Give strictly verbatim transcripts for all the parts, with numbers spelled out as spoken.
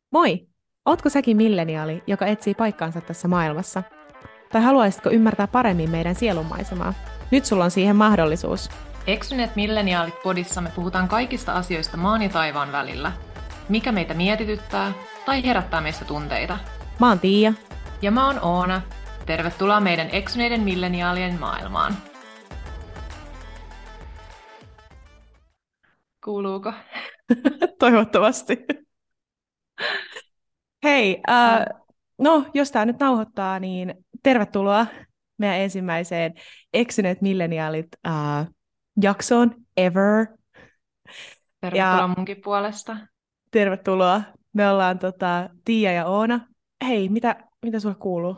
Moi! Ootko säkin milleniaali, joka etsii paikkaansa tässä maailmassa? Tai haluaisitko ymmärtää paremmin meidän sielunmaisemaa? Nyt sulla on siihen mahdollisuus. Eksyneet milleniaalit podissa me puhutaan kaikista asioista maan ja taivaan välillä. Mikä meitä mietityttää tai herättää meissä tunteita. Mä oon Tiia. Ja mä oon Oona. Tervetuloa meidän eksyneiden milleniaalien maailmaan. Kuuluuko? Toivottavasti. Hei, äh, no jos tää nyt nauhoittaa, niin tervetuloa meidän ensimmäiseen Eksyneet milleniaalit äh, jaksoon ever. Tervetuloa Ja munkin puolesta. tervetuloa. Me ollaan tota, Tiia ja Oona. Hei, mitä, mitä sulle kuuluu?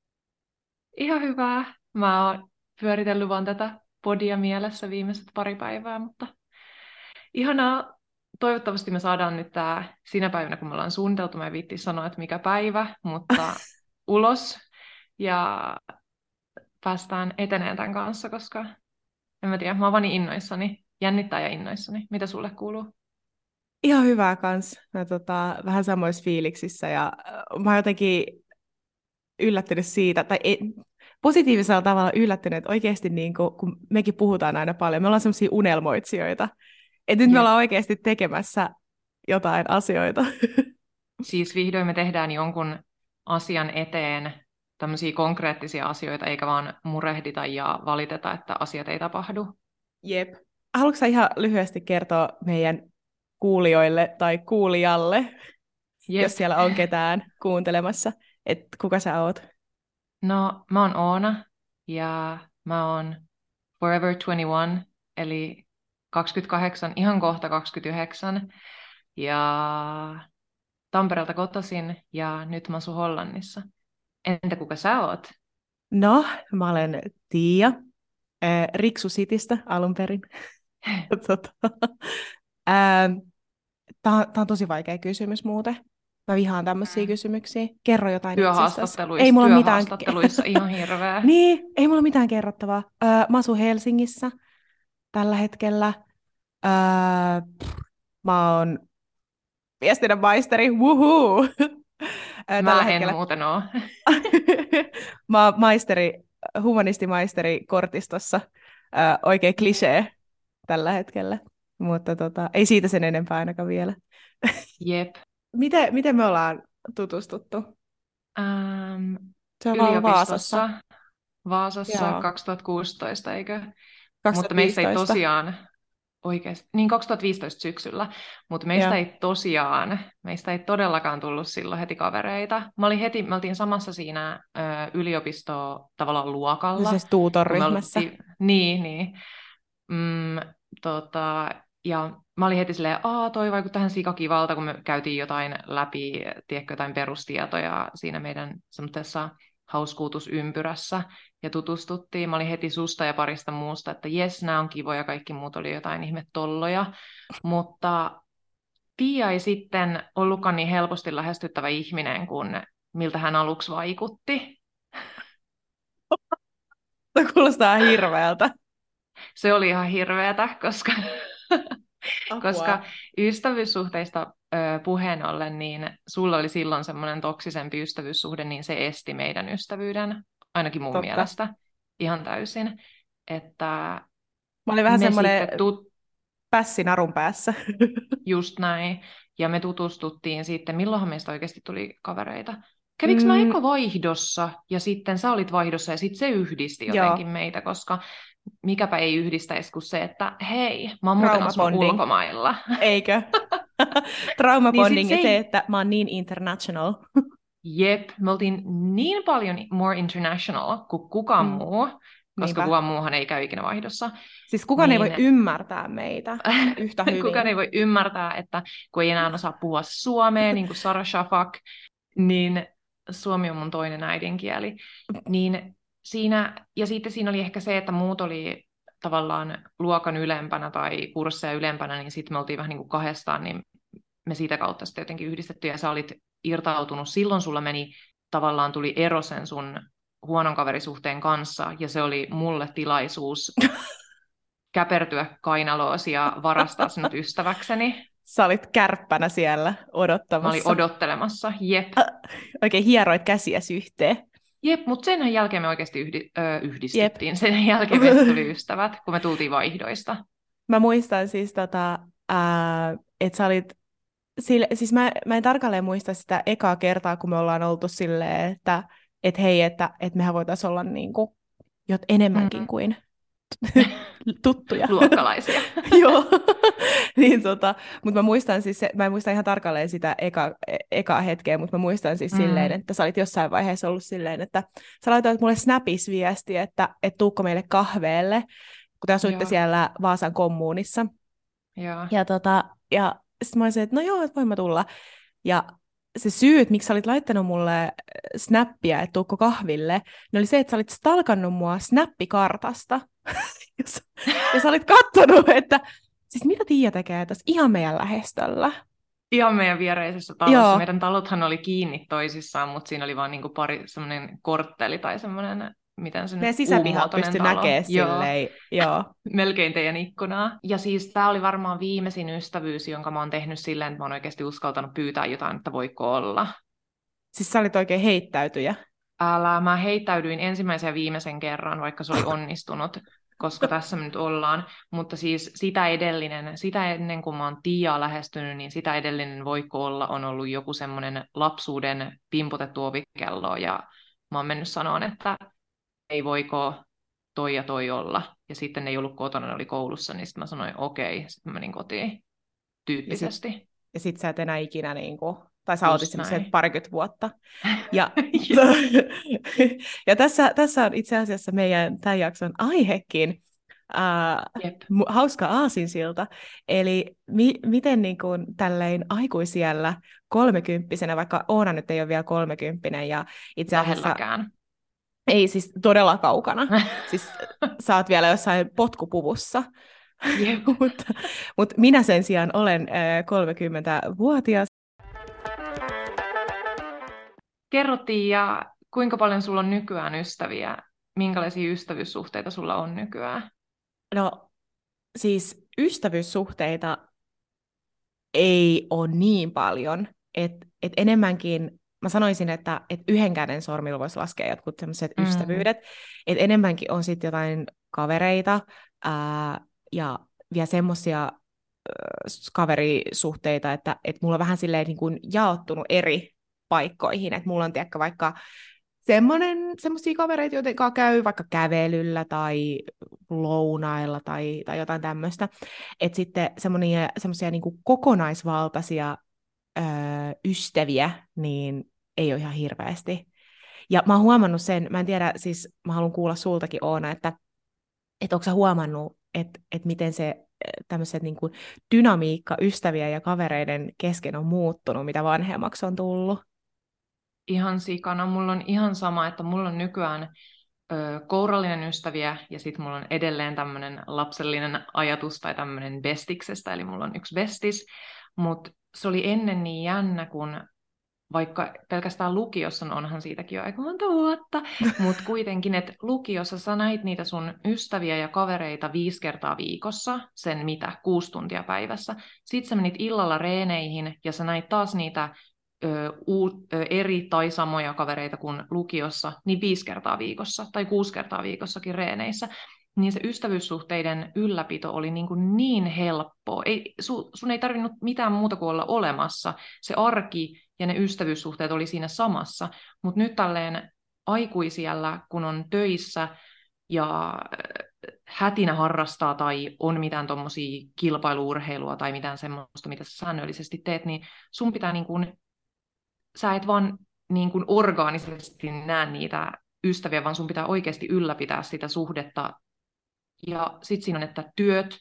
Ihan hyvää. Mä oon pyöritellyt vaan tätä podia mielessä viimeiset pari päivää, mutta ihanaa. Toivottavasti me saadaan nyt tää sinä päivänä, kun me ollaan suunniteltu, mä en viitti sanoa, että mikä päivä, mutta ulos ja päästään eteneen tämän kanssa, koska en mä tiedä, mä oon vaan niin innoissani, jännittää ja innoissani. Mitä sulle kuuluu? Ihan hyvää kans. Mä tota, vähän samoissa fiiliksissä ja äh, mä oon jotenkin yllättynyt siitä, tai ei, positiivisella tavalla yllättynyt, että oikeasti niin kuin, kun mekin puhutaan aina paljon, me ollaan semmoisia unelmoitsijoita, että nyt me Jep. ollaan oikeasti tekemässä jotain asioita. Siis vihdoin me tehdään jonkun asian eteen tämmöisiä konkreettisia asioita, eikä vaan murehdita ja valiteta, että asiat ei tapahdu. Jep. Haluatko sä ihan lyhyesti kertoa meidän kuulijoille tai kuulijalle, Jep. jos siellä on ketään kuuntelemassa, että kuka sä oot? No, mä oon Oona ja mä oon Forever kaksikymmentäyksi, eli kaksikymmentäkahdeksan, ihan kohta kaksikymmentäyhdeksän. Ja Tampereelta kotoisin ja nyt mä asun Hollannissa. Entä kuka sä oot? No, mä olen Tiia, äh, Riksu Citystä alun perin. tota, ähm, Tämä on tosi vaikea kysymys muuten. Mä vihaan tämmöisiä Mm. kysymyksiä. Kerro jotain itsestäsi. Ei Työhaastatteluissa, mulla mitään... työhaastatteluissa ihan hirveä. Niin, ei mulla mitään kerrottavaa. Öö, mä asun Helsingissä tällä hetkellä. Öö, pff, mä oon viestinnän maisteri. Wuhuu! Öö, Mä tällä en hetkellä... muuten oo. mä oon maisteri, humanistimaisteri kortistossa. Öö, oikein klisee tällä hetkellä. Mutta tota, ei siitä sen enempää ainakaan vielä. Jep. Miten, miten me ollaan tutustuttu? Ähm, Se on vaan Vaasassa. yliopistossa. Vaasassa Joo. kaksituhattakuusitoista, eikö? Mutta meistä ei kaksituhattaviisitoista. tosiaan oikeasti, niin kaksituhattaviisitoista syksyllä, mutta meistä Joo. ei tosiaan, meistä ei todellakaan tullut silloin heti kavereita. Mä olin heti, me oltiin samassa siinä ö, yliopisto tavallaan luokalla. Siis kun me tuutorryhmässä. oltiin, niin, niin. Mm, tota, ja mä olin heti silleen, aa, toi vaikuttaa tähän sikakivalta, kun me käytiin jotain läpi, tiedätkö, jotain perustietoja siinä meidän semmoisessa hauskuutusympyrässä ja tutustuttiin. Mä olin heti susta ja parista muusta, että jes, nämä on kivoja, kaikki muut oli jotain ihmetolloja, mutta Pia ei sitten ollutkaan niin helposti lähestyttävä ihminen kuin miltä hän aluksi vaikutti. Se kuulostaa hirveältä. Se oli ihan hirveätä, koska, Apua. koska ystävyyssuhteista ö, puheen ollen, niin sulla oli silloin semmoinen toksisempi ystävyyssuhde, niin se esti meidän ystävyyden, ainakin mun Totta. mielestä, ihan täysin. Että Mä olin vähän me semmoinen sitten tut- pässi narun päässä. just näin, ja me tutustuttiin sitten, milloinhan meistä oikeasti tuli kavereita. Kävikö mä Mm, eka vaihdossa, ja sitten sä olit vaihdossa, ja sitten se yhdisti Joo. jotenkin meitä, koska mikäpä ei yhdistäisi kuin se, että hei, mä oon muuten asunut Traumabonding. ulkomailla. Eikö? Traumabonding Niin ja sit se se, ei- että mä oon niin international. Jep, me oltiin niin paljon more international kuin kukaan Mm, muu, koska niinpä. kukaan muuhan ei käy ikinä vaihdossa. Siis kukaan ei voi Niin ymmärtää meitä yhtä hyvin. kukaan ei voi ymmärtää, että kun ei enää osaa puhua suomea, niin kuin Sara Shafak, niin suomi on mun toinen äidinkieli. Niin siinä, ja sitten siinä oli ehkä se, että muut oli tavallaan luokan ylempänä tai kursseja ylempänä, niin sitten me oltiin vähän niin kuin kahdestaan, niin me siitä kautta sitten jotenkin yhdistetty, ja sä olit irtautunut. Silloin sulla meni, tavallaan tuli ero sen sun huonon kaverisuhteen kanssa, ja se oli mulle tilaisuus käpertyä kainaloosi ja varastaa sinut ystäväkseni. Sä olit kärppänä siellä Mä olin odottamassa. odottelemassa, jep. Äh, oikein hieroit käsiäsi yhteen. Jep, mutta sen jälkeen me oikeasti yhdi, ö, Jep. yhdistyttiin. Sen jälkeen meistä tuli ystävät, kun me tultiin vaihdoista. Mä muistan siis, tota, että sä olit, sille, siis mä, mä en tarkalleen muista sitä ekaa kertaa, kun me ollaan oltu silleen, että et hei, että et mehän voitaisiin olla niinku, jot enemmänkin Mm. kuin tuttuja. Luokkalaisia. Joo. niin, tota, mutta mä muistan siis, se, mä en muista ihan tarkalleen sitä eka, e- ekaa hetkeä, mutta mä muistan siis Mm. silleen, että sä olit jossain vaiheessa ollut silleen, että sä laitoit mulle Snapis viesti, että et tuukko meille kahveelle, kun te asuitte Joo. siellä Vaasan kommuunissa. Joo. Ja, tota, ja sitten mä olisin, että no joo, että voin mä tulla. Ja se syy, että miksi sä olit laittanut mulle snappia, että tuukko kahville, niin oli se, että sä olit stalkannut mua snappikartasta. ja, sä, ja sä olit kattonut, että siis mitä Tiia tekee tässä ihan meidän lähestöllä. Ihan meidän viereisessä talossa. Joo. Meidän talothan oli kiinni toisissaan, mutta siinä oli vaan niinku pari semmoinen kortteli tai semmoinen, miten se Meidän nyt sisäpihat U-muotoinen pystyi talo. näkemään Joo. silleen. Joo. Melkein teidän ikkunaa. Ja siis tämä oli varmaan viimeisin ystävyys, jonka mä oon tehnyt silleen, että mä oon oikeasti uskaltanut pyytää jotain, että voiko olla. Siis sä olit oikein heittäytyjä. Älä, mä heittäydyin ensimmäisen ja viimeisen kerran, vaikka se oli onnistunut, koska tässä me nyt ollaan. Mutta siis sitä edellinen, sitä ennen kuin mä oon Tiiaa lähestynyt, niin sitä edellinen voiko olla on ollut joku semmoinen lapsuuden pimputettu ovikello. Ja mä oon mennyt sanoon, että ei voiko toi ja toi olla. Ja sitten ne ei ollut kotona, ne oli koulussa, niin sitten mä sanoin okei, sitten mä menin kotiin tyyppisesti. Ja sit, ja sit sä et enää ikinä niinku, tai sä Just otit semmoisen näin. parikymmentä vuotta. Ja, Joo. ja tässä, tässä on itse asiassa meidän tämän jakson aihekin. Uh, Jep. hauska aasinsilta. Eli mi- miten niin kuin tälleen aikuisiällä kolmekymppisenä, vaikka Oona nyt ei ole vielä kolmekymppinen, ja itse asiassa Lähelläkään. ei siis todella kaukana. Siis sä oot vielä jossain potkupuvussa. Jep. mutta, mutta minä sen sijaan olen äh, kolmekymmentävuotias. Kerrottiin, ja kuinka paljon sulla on nykyään ystäviä? Minkälaisia ystävyyssuhteita sulla on nykyään? No siis ystävyyssuhteita ei ole niin paljon, että et enemmänkin, mä sanoisin, että et yhden käden sormilla voisi laskea jotkut sellaiset Mm. ystävyydet, että enemmänkin on sitten jotain kavereita ää, ja vielä semmoisia kaverisuhteita, että et mulla on vähän silleen niin kuin jaottunut eri paikkoihin, että mulla on tiedäkö, vaikka semmoisia kavereita, joiden kanssa käy vaikka kävelyllä tai lounailla tai, tai jotain tämmöistä. Että sitten semmoisia niinku kokonaisvaltaisia öö, ystäviä, niin ei ole ihan hirveästi. Ja mä oon huomannut sen, mä en tiedä, siis mä haluan kuulla sultakin Oona, että et onko sä huomannut, että et miten se tämmöiset niinku dynamiikka ystävien ja kavereiden kesken on muuttunut, mitä vanhemmaksi on tullut? Ihan sikana. Mulla on ihan sama, että mulla on nykyään ö, kourallinen ystäviä, ja sitten mulla on edelleen tämmöinen lapsellinen ajatus tai tämmöinen bestiksestä, eli mulla on yksi bestis, mutta se oli ennen niin jännä, kun vaikka pelkästään lukiossa, no onhan siitäkin jo aika monta vuotta, mutta kuitenkin, että lukiossa sä näit niitä sun ystäviä ja kavereita viisi kertaa viikossa, sen mitä, kuusi tuntia päivässä. Sitten sä menit illalla reeneihin ja sä näit taas niitä ö, u, ö, eri tai samoja kavereita kuin lukiossa, niin viisi kertaa viikossa tai kuusi kertaa viikossakin reeneissä. Niin se ystävyyssuhteiden ylläpito oli niin, kuin niin helppoa. Ei, su, sun ei tarvinnut mitään muuta kuin olla olemassa. Se arki ja ne ystävyyssuhteet oli siinä samassa. Mutta nyt tälleen aikuisiällä, kun on töissä ja hätinä harrastaa tai on mitään tuommoisia kilpailuurheilua tai mitään semmoista, mitä sä säännöllisesti teet, niin sun pitää niin kuin, sä et vaan niin kuin orgaanisesti näe niitä ystäviä, vaan sun pitää oikeasti ylläpitää sitä suhdetta. Ja sitten siinä on, että työt,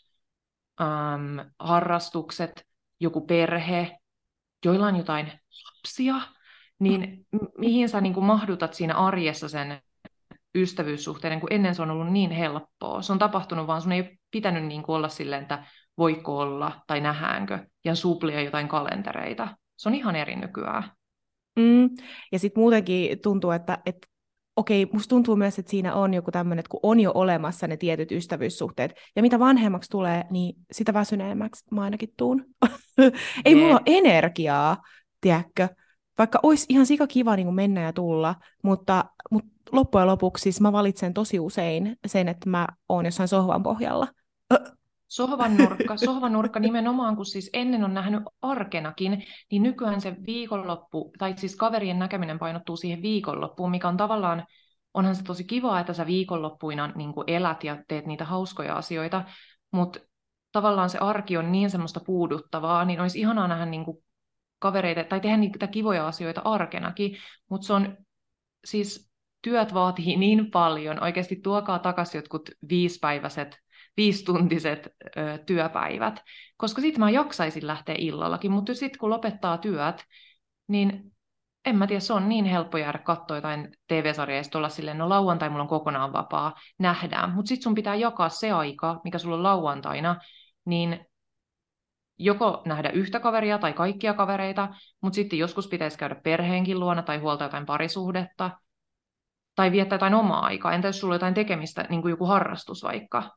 äm, harrastukset, joku perhe, joilla on jotain lapsia, niin mihin sä niin kuin mahdutat siinä arjessa sen ystävyyssuhteiden, kun ennen se on ollut niin helppoa. Se on tapahtunut, vaan sun ei ole pitänyt niin kuin olla silleen, että voiko olla tai nähdäänkö, ja suplia jotain kalentereita. Se on ihan eri nykyään. Mm. Ja sitten muutenkin tuntuu, että et okei, musta tuntuu myös, että siinä on joku tämmöinen, että kun on jo olemassa ne tietyt ystävyyssuhteet, ja mitä vanhemmaksi tulee, niin sitä väsyneemmäksi mä ainakin tuun. Ei mulla ole Jep. energiaa, tiedätkö? Vaikka olisi ihan sika kiva niin kuin mennä ja tulla, mutta, mutta loppujen lopuksi siis mä valitsen tosi usein sen, että mä oon jossain sohvan pohjalla. Sohvan nurkka, sohvan nurkka nimenomaan, kun siis ennen on nähnyt arkenakin, niin nykyään se viikonloppu, tai siis kaverien näkeminen painottuu siihen viikonloppuun, mikä on tavallaan, onhan se tosi kiva, että sä viikonloppuina niin kuin elät ja teet niitä hauskoja asioita, mutta tavallaan se arki on niin semmoista puuduttavaa, niin olisi ihanaa nähdä niin kuin kavereita, tai tehdä niitä kivoja asioita arkenakin, mutta se on siis, työt vaatii niin paljon, oikeasti tuokaa takaisin jotkut viisipäiväiset viisituntiset ö, työpäivät, koska sitten mä jaksaisin lähteä illallakin, mutta sitten kun lopettaa työt, niin en mä tiedä, se on niin helppo jäädä katsoa jotain T V-sarjaa ja sitten olla silleen, no lauantai mulla on kokonaan vapaa, nähdään, mutta sitten sun pitää jakaa se aika, mikä sulla on lauantaina, niin joko nähdä yhtä kaveria tai kaikkia kavereita, mutta sitten joskus pitäisi käydä perheenkin luona tai huolta jotain parisuhdetta, tai viettää jotain omaa aikaa. Entä jos sulla on jotain tekemistä, niin kuin joku harrastus vaikka?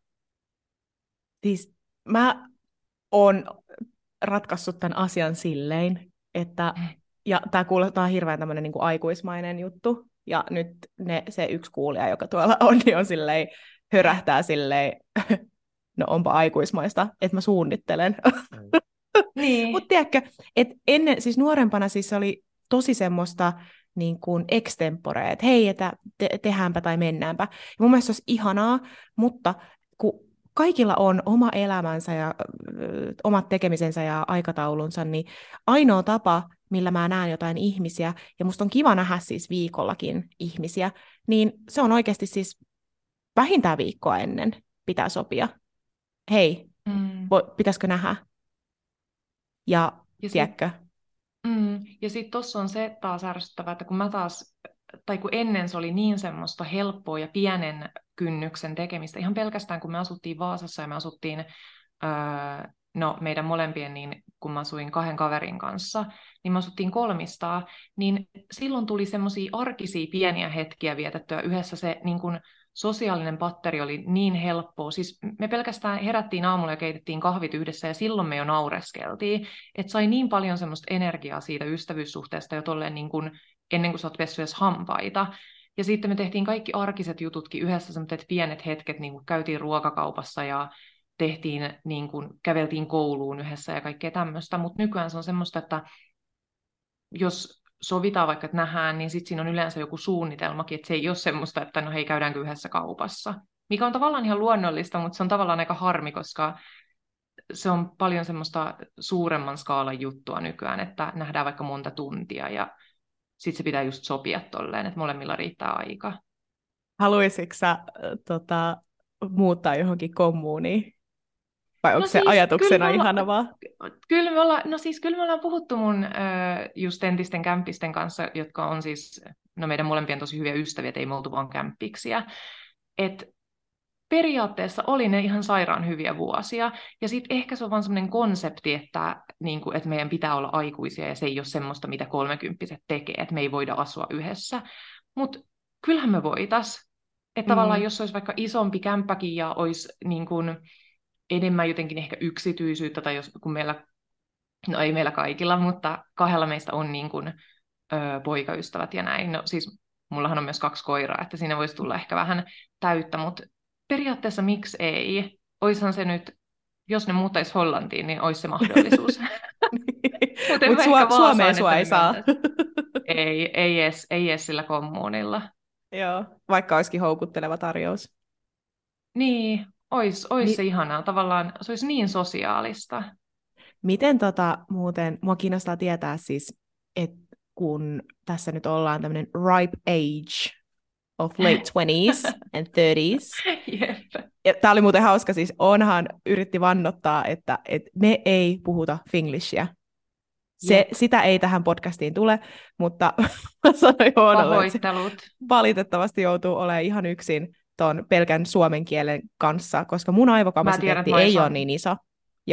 Siis mä oon ratkaissut tämän asian silleen, että, ja tämä kuulostaa hirveän tämmöinen niin kuin aikuismainen juttu, ja nyt ne, se yksi kuulija, joka tuolla on, niin on silleen, hörähtää silleen, no onpa aikuismaista, että mä suunnittelen. Niin. Mutta tiedätkö, että ennen, siis nuorempana siis se oli tosi semmoista niin kuin extemporea, että hei, että te- tehdäänpä tai mennäänpä. Ja mun mielestä se olisi ihanaa, mutta kun kaikilla on oma elämänsä ja ö, omat tekemisensä ja aikataulunsa, niin ainoa tapa, millä mä näen jotain ihmisiä, ja musta on kiva nähdä siis viikollakin ihmisiä, niin se on oikeasti siis vähintään viikkoa ennen pitää sopia. Hei, Mm. vo- pitäisikö nähdä? Ja, Ja sit, tiedätkö? mm, ja sitten tuossa on se taas ärsyttävää, että kun mä taas, tai kun ennen se oli niin semmoista helppoa ja pienen kynnyksen tekemistä, ihan pelkästään kun me asuttiin Vaasassa ja me asuttiin, öö, no meidän molempien, niin kun mä asuin kahden kaverin kanssa, niin me asuttiin kolmistaa, niin silloin tuli semmoisia arkisia pieniä hetkiä vietettyä yhdessä. Se niin kun sosiaalinen patteri oli niin helppoa. Siis me pelkästään herättiin aamulla ja keitettiin kahvit yhdessä ja silloin me jo naureskeltiin. Että sai niin paljon semmoista energiaa siitä ystävyyssuhteesta jo tolleen niin kun ennen kuin sä oot pessyt edes hampaita. Ja sitten me tehtiin kaikki arkiset jututkin yhdessä, semmoiset pienet hetket, niin kuin käytiin ruokakaupassa ja tehtiin, niin kuin, käveltiin kouluun yhdessä ja kaikkea tämmöistä. Mutta nykyään se on semmoista, että jos sovitaan vaikka, että nähdään, niin sitten siinä on yleensä joku suunnitelmakin, että se ei ole semmoista, että no hei, käydäänkö yhdessä kaupassa. Mikä on tavallaan ihan luonnollista, mutta se on tavallaan aika harmi, koska se on paljon semmoista suuremman skaalan juttua nykyään, että nähdään vaikka monta tuntia ja sitten se pitää just sopia tolleen, että molemmilla riittää aika. Haluaisitko sä äh, tota, muuttaa johonkin kommuuniin? Vai onko No se siis, kyllä ajatuksena me olla, ihana vaan? kyllä me olla, no siis kyllä me ollaan puhuttu mun ö, just entisten kämppisten kanssa, jotka on siis, no meidän molempien tosi hyviä ystäviä, että ei me oltu vaan kämppiksiä. Et periaatteessa oli ne ihan sairaan hyviä vuosia. Ja sitten ehkä se on vaan semmoinen konsepti, että, niin kuin, että meidän pitää olla aikuisia ja se ei ole semmoista, mitä kolmekymppiset tekee, että me ei voida asua yhdessä. Mutta kyllähän me voitais. Että mm. tavallaan jos olisi vaikka isompi kämppäkin ja olisi niin kuin enemmän jotenkin ehkä yksityisyyttä, tai jos, kun meillä, no ei meillä kaikilla, mutta kahdella meistä on niin kuin, ö, poikaystävät ja näin. No siis mullahan on myös kaksi koiraa, että siinä voisi tulla ehkä vähän täyttä, mutta periaatteessa miksi ei? Oishan se nyt, jos ne muuttaisi Hollantiin, niin olisi se mahdollisuus. Mutta Mut Su- Suomeen sua ei saa. ei, ei, edes, ei edes sillä kommuunilla. Joo, vaikka olisikin houkutteleva tarjous. Niin, olisi ois Mi- se ihanaa. Tavallaan se olisi niin sosiaalista. Miten tota, muuten, mua kiinnostaa tietää siis, että kun tässä nyt ollaan tämmöinen ripe age of late twenties and thirties. Jep. Ja tää oli muuten hauska, siis onhan yritti vannottaa, että, että me ei puhuta finglishia. Se, sitä ei tähän podcastiin tule, mutta mä sanoin Oonalle, että valitettavasti joutuu olemaan ihan yksin ton pelkän suomen kielen kanssa, koska mun aivokapasteetti ei ole niin iso. Joo.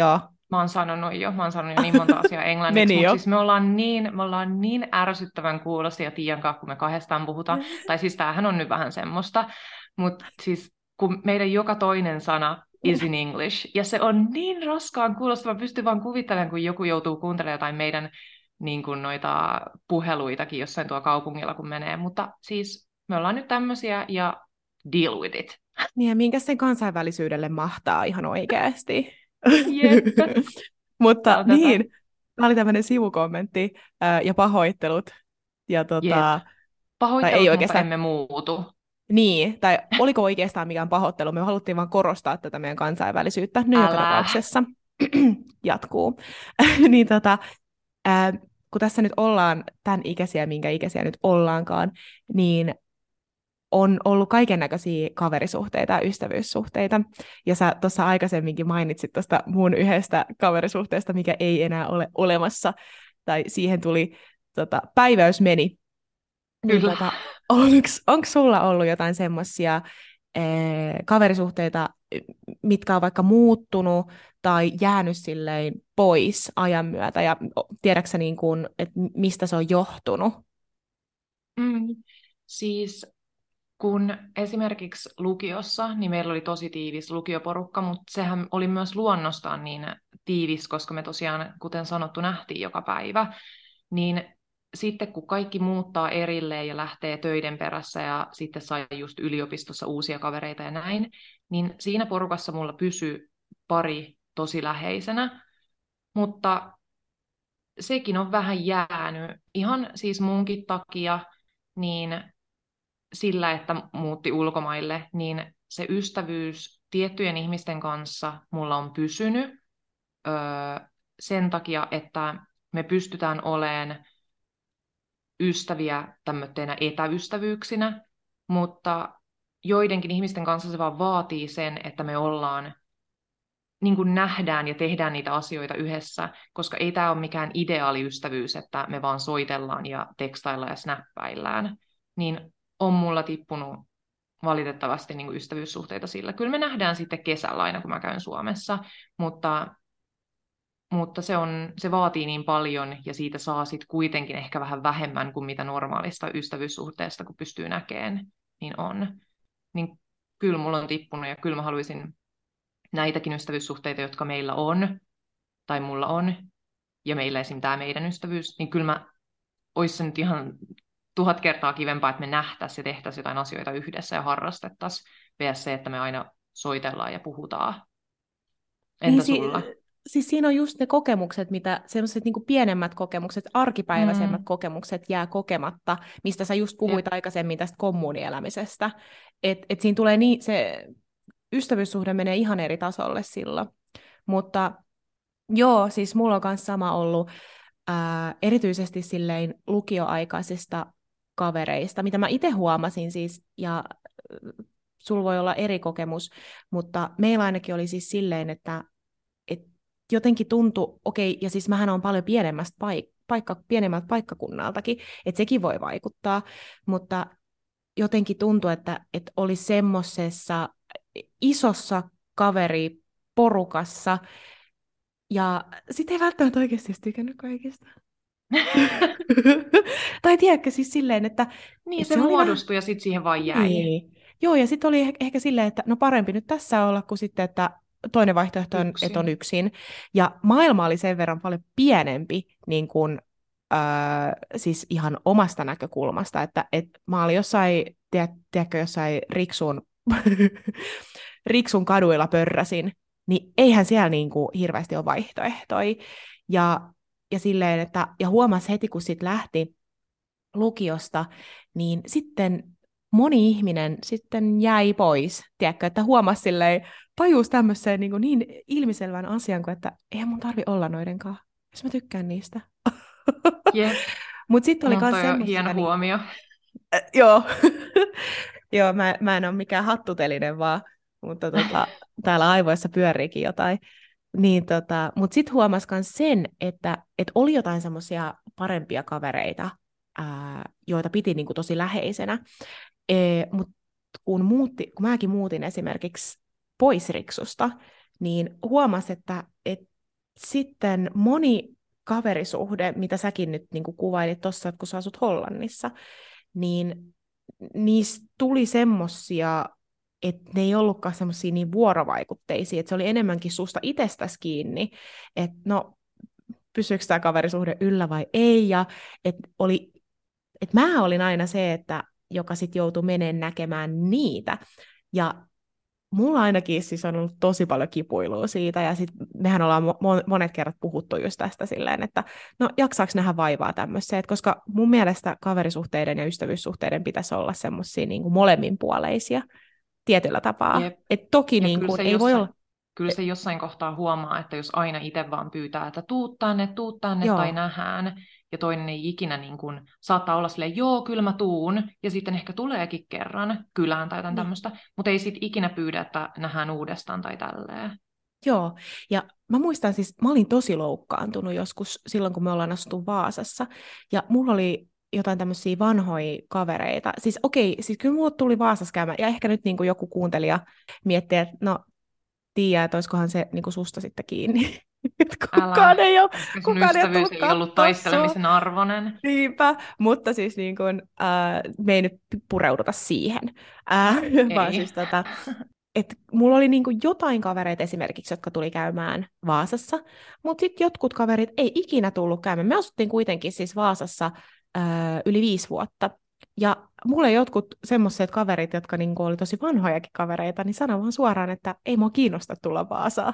Mä oon sanonut jo, mä oon sanonut jo niin monta asiaa englanniksi, Meni mutta jo. siis me ollaan niin, me ollaan niin ärsyttävän kuulosia Tiian kanssa, kun me kahdestaan puhutaan. Tai siis tämähän on nyt vähän semmoista, mutta siis kun meidän joka toinen sana is in English, ja se on niin raskaan kuulostava, mä pystyn vaan kuvittelemaan, kun joku joutuu kuuntelemaan jotain meidän niin kuin noita puheluitakin jossain tuo kaupungilla, kun menee. Mutta siis me ollaan nyt tämmöisiä, ja deal with it. Niin ja minkä sen kansainvälisyydelle mahtaa ihan oikeasti. Jep, tää Mutta on tätä. niin, tämä oli tämmöinen sivukommentti ää, ja pahoittelut. Ja Jep. tota, tai ei Pahoittelut, mutta oikeastaan, emme muutu. niin, tai oliko oikeastaan mikään pahoittelu, me haluttiin vaan korostaa tätä meidän kansainvälisyyttä. No joka Älä. tapauksessa jatkuu. niin tota, ää, kun tässä nyt ollaan tämän ikäisiä, minkä ikäisiä nyt ollaankaan, niin on ollut kaiken näköisiä kaverisuhteita ja ystävyyssuhteita. Ja sä tuossa aikaisemminkin mainitsit tuosta mun yhdestä kaverisuhteesta, mikä ei enää ole olemassa, tai siihen tuli, tota, päiväys meni. Niin Kyllä. tota, onko sulla ollut jotain semmoisia kaverisuhteita, mitkä on vaikka muuttunut tai jäänyt silleen pois ajan myötä, ja tiedätkö sä niin kuin, että mistä se on johtunut? Mm. Siis kun esimerkiksi lukiossa, niin meillä oli tosi tiivis lukioporukka, mutta sehän oli myös luonnostaan niin tiivis, koska me tosiaan, kuten sanottu, nähtiin joka päivä. Niin sitten kun kaikki muuttaa erilleen ja lähtee töiden perässä ja sitten sai just yliopistossa uusia kavereita ja näin, niin siinä porukassa mulla pysyi pari tosi läheisenä, mutta sekin on vähän jäänyt ihan siis munkin takia, niin sillä, että muutti ulkomaille, niin se ystävyys tiettyjen ihmisten kanssa mulla on pysynyt öö, sen takia, että me pystytään olemaan ystäviä tämmöisenä etäystävyyksinä, mutta joidenkin ihmisten kanssa se vaan vaatii sen, että me ollaan, niin kuin nähdään ja tehdään niitä asioita yhdessä, koska ei tämä ole mikään ideaaliystävyys, että me vaan soitellaan ja tekstaillaan ja snappäillään, niin on mulla tippunut valitettavasti niin kuin ystävyyssuhteita sillä. Kyllä me nähdään sitten kesällä aina, kun mä käyn Suomessa, mutta, mutta se, on, se vaatii niin paljon ja siitä saa sitten kuitenkin ehkä vähän vähemmän kuin mitä normaalista ystävyyssuhteesta, kun pystyy näkemään, niin on. Niin kyllä mulla on tippunut ja kyllä mä haluaisin näitäkin ystävyyssuhteita, jotka meillä on, tai mulla on, ja meillä esim. Tämä meidän ystävyys, niin kyllä mä, olisi se nyt ihan tuhat kertaa kivempaa, että me nähtäisiin ja tehtäisiin jotain asioita yhdessä ja harrastettaisiin, versus se, että me aina soitellaan ja puhutaan. Niin Entä si- sulla? siis siinä on just ne kokemukset, mitä semmoiset niinku pienemmät kokemukset, arkipäiväisemmät Mm, kokemukset jää kokematta, mistä sä just puhuit jep. aikaisemmin tästä kommunielämisestä. Että et siinä tulee niin, se ystävyyssuhde menee ihan eri tasolle silloin. Mutta joo, siis mulla on myös sama ollut ää, erityisesti silleen lukioaikaisista kavereista, mitä mä itse huomasin siis, ja äh, sulla voi olla eri kokemus, mutta meillä ainakin oli siis silleen, että et jotenkin tuntui, okei, ja siis mähän on paljon pienemmästä paik- paikka, pienemmältä paikkakunnaltakin, että sekin voi vaikuttaa, mutta jotenkin tuntui, että, että oli semmoisessa isossa kaveriporukassa, ja sitten ei välttämättä oikeasti edes tykännyt kaikista. Tai tiedätkö, siis silleen, että, Niin että se se oli vähän... muodostui ja sitten siihen vaan jäi. Niin. Joo, ja sitten oli ehkä, ehkä silleen, että no parempi nyt tässä olla, kuin sitten, että toinen vaihtoehto on, että on Yksin. yksin. Ja maailma oli sen verran paljon pienempi, niin kuin, öö, siis ihan omasta näkökulmasta, että et mä olin jossain, tiedät, tiedätkö, jossain Riksun, Riksun kaduilla pörräsin, niin eihän siellä niin kuin hirveästi ole vaihtoehtoja. Ja, ja silleen, että, ja huomasi heti, kun sit lähti lukiosta, niin sitten moni ihminen sitten jäi pois, tiedätkö, että huomasi silleen, tajus tämmöiseen niin, niin ilmiselvän asian kuin, että eihän mun tarvi olla noiden kanssa, jos mä tykkään niistä. Jep. Mutta sitten oli Mutta myös toi on hieno semmoisia, niin, huomio. äh, joo, joo mä, mä en ole mikään hattutelinen vaan, mutta tota, täällä aivoissa pyöriikin jotain. Niin tota, mutta sitten huomasi myös sen, että et oli jotain semmoisia parempia kavereita, ää, joita piti niinku tosi läheisenä. E, mutta kun, muutti, kun mäkin muutin esimerkiksi pois Riksusta, niin huomasi, että et sitten moni kaverisuhde, mitä säkin nyt niin kuin kuvailit tuossa, kun sä asut Hollannissa, niin niistä tuli semmosia, että ne ei ollutkaan semmosia niin vuorovaikutteisia, että se oli enemmänkin susta itsestäsi kiinni, että no, pysyykö tämä kaverisuhde yllä vai ei, ja että oli, et mä olin aina se, että joka sitten joutui menemään näkemään niitä, ja mulla ainakin siis on ollut tosi paljon kipuilua siitä, ja sit mehän ollaan mo- monet kerrat puhuttu just tästä silleen, että no jaksaako nähdä vaivaa tämmöiseen, koska mun mielestä kaverisuhteiden ja ystävyyssuhteiden pitäisi olla semmoisia niin kuin molemminpuoleisia tietyllä tapaa. Jep. Et toki Ja niin kyllä kuin, se ei jossain, voi olla... kyllä se jossain kohtaa huomaa, että jos aina itse vaan pyytää, että tuu tänne, tuu tänne Joo. tai nähdään, ja toinen ei ikinä niin kuin, saattaa olla silleen, joo, kyllä mä tuun, ja sitten ehkä tuleekin kerran kylään tai jotain Niin. tämmöistä, mutta ei sitten ikinä pyydä, että nähdään uudestaan tai tälleen. Joo, ja mä muistan siis, mä olin tosi loukkaantunut joskus silloin, kun me ollaan asuttu Vaasassa, ja mulla oli jotain tämmöisiä vanhoja kavereita. Siis okei, siis kyllä mulla tuli Vaasassa käymään, ja ehkä nyt niin kuin joku kuuntelija miettii, että no, tiedä, että olisikohan se niin kuin susta sitten kiinni. kukaan Älä, ei ole, sun kukaan ei ystävyys ole ei ollut katsoa taistelemisen arvoinen. Niinpä, mutta siis niin kuin, äh, me ei nyt pureuduta siihen, äh, vaan Ei. siis tota, että mulla oli niin kuin jotain kavereita esimerkiksi, jotka tuli käymään Vaasassa, mutta sitten jotkut kaverit ei ikinä tullut käymään. Me asuttiin kuitenkin siis Vaasassa äh, yli viisi vuotta, ja mulle jotkut semmoiset kaverit, jotka niin kuin oli tosi vanhojakin kavereita, niin sanoi vaan suoraan, että ei mua kiinnosta tulla Vaasaan.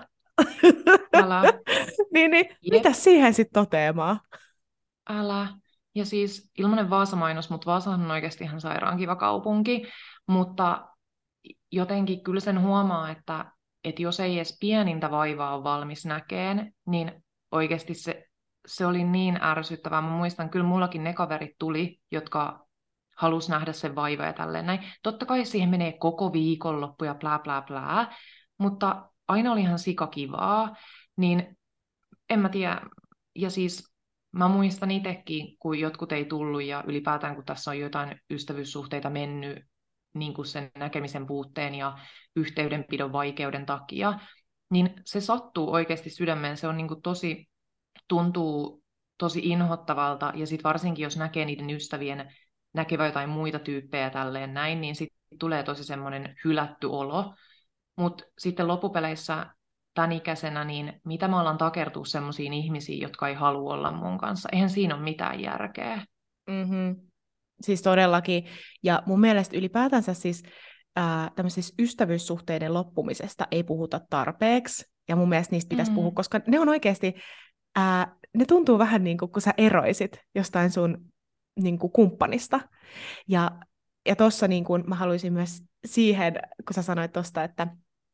Älä. niin, niin mitä siihen sitten toteamaan? Älä. Ja siis ilmanen Vaasa-mainos, mutta Vaasahan on oikeasti ihan sairaan kiva kaupunki, mutta jotenkin kyllä sen huomaa, että, että jos ei edes pienintä vaivaa ole valmis näkeen, niin oikeasti se, se oli niin ärsyttävää. Mä muistan, kyllä mullakin ne kaverit tuli, jotka halusi nähdä sen vaivaa ja tälleen näin. Totta kai siihen menee koko viikonloppu ja plää plää plää, mutta aina oli ihan sikakivaa, niin en mä tiedä. Ja siis mä muistan itsekin, kun jotkut ei tullut ja ylipäätään kun tässä on jotain ystävyyssuhteita mennyt niin kuin sen näkemisen puutteen ja yhteydenpidon vaikeuden takia, niin se sattuu oikeasti sydämeen. Se on niin kuin tosi, tuntuu tosi inhottavalta ja sitten varsinkin jos näkee niiden ystävien näkevä jotain muita tyyppejä tälleen näin, niin sitten tulee tosi semmoinen hylätty olo. Mutta sitten loppupeleissä tämän ikäisenä, niin mitä mä alan takertua semmoisiin ihmisiin, jotka ei halua olla mun kanssa? Eihän siinä ole mitään järkeä. Mm-hmm. Siis todellakin. Ja mun mielestä ylipäätänsä siis ää, tämmöisistä ystävyyssuhteiden loppumisesta ei puhuta tarpeeksi. Ja mun mielestä niistä pitäisi mm. puhua, koska ne on oikeasti, ää, ne tuntuu vähän niin kuin kun sä eroisit jostain sun niin kuin kumppanista. Ja, ja tossa niin kuin mä haluaisin myös siihen, kun sä sanoit tosta, että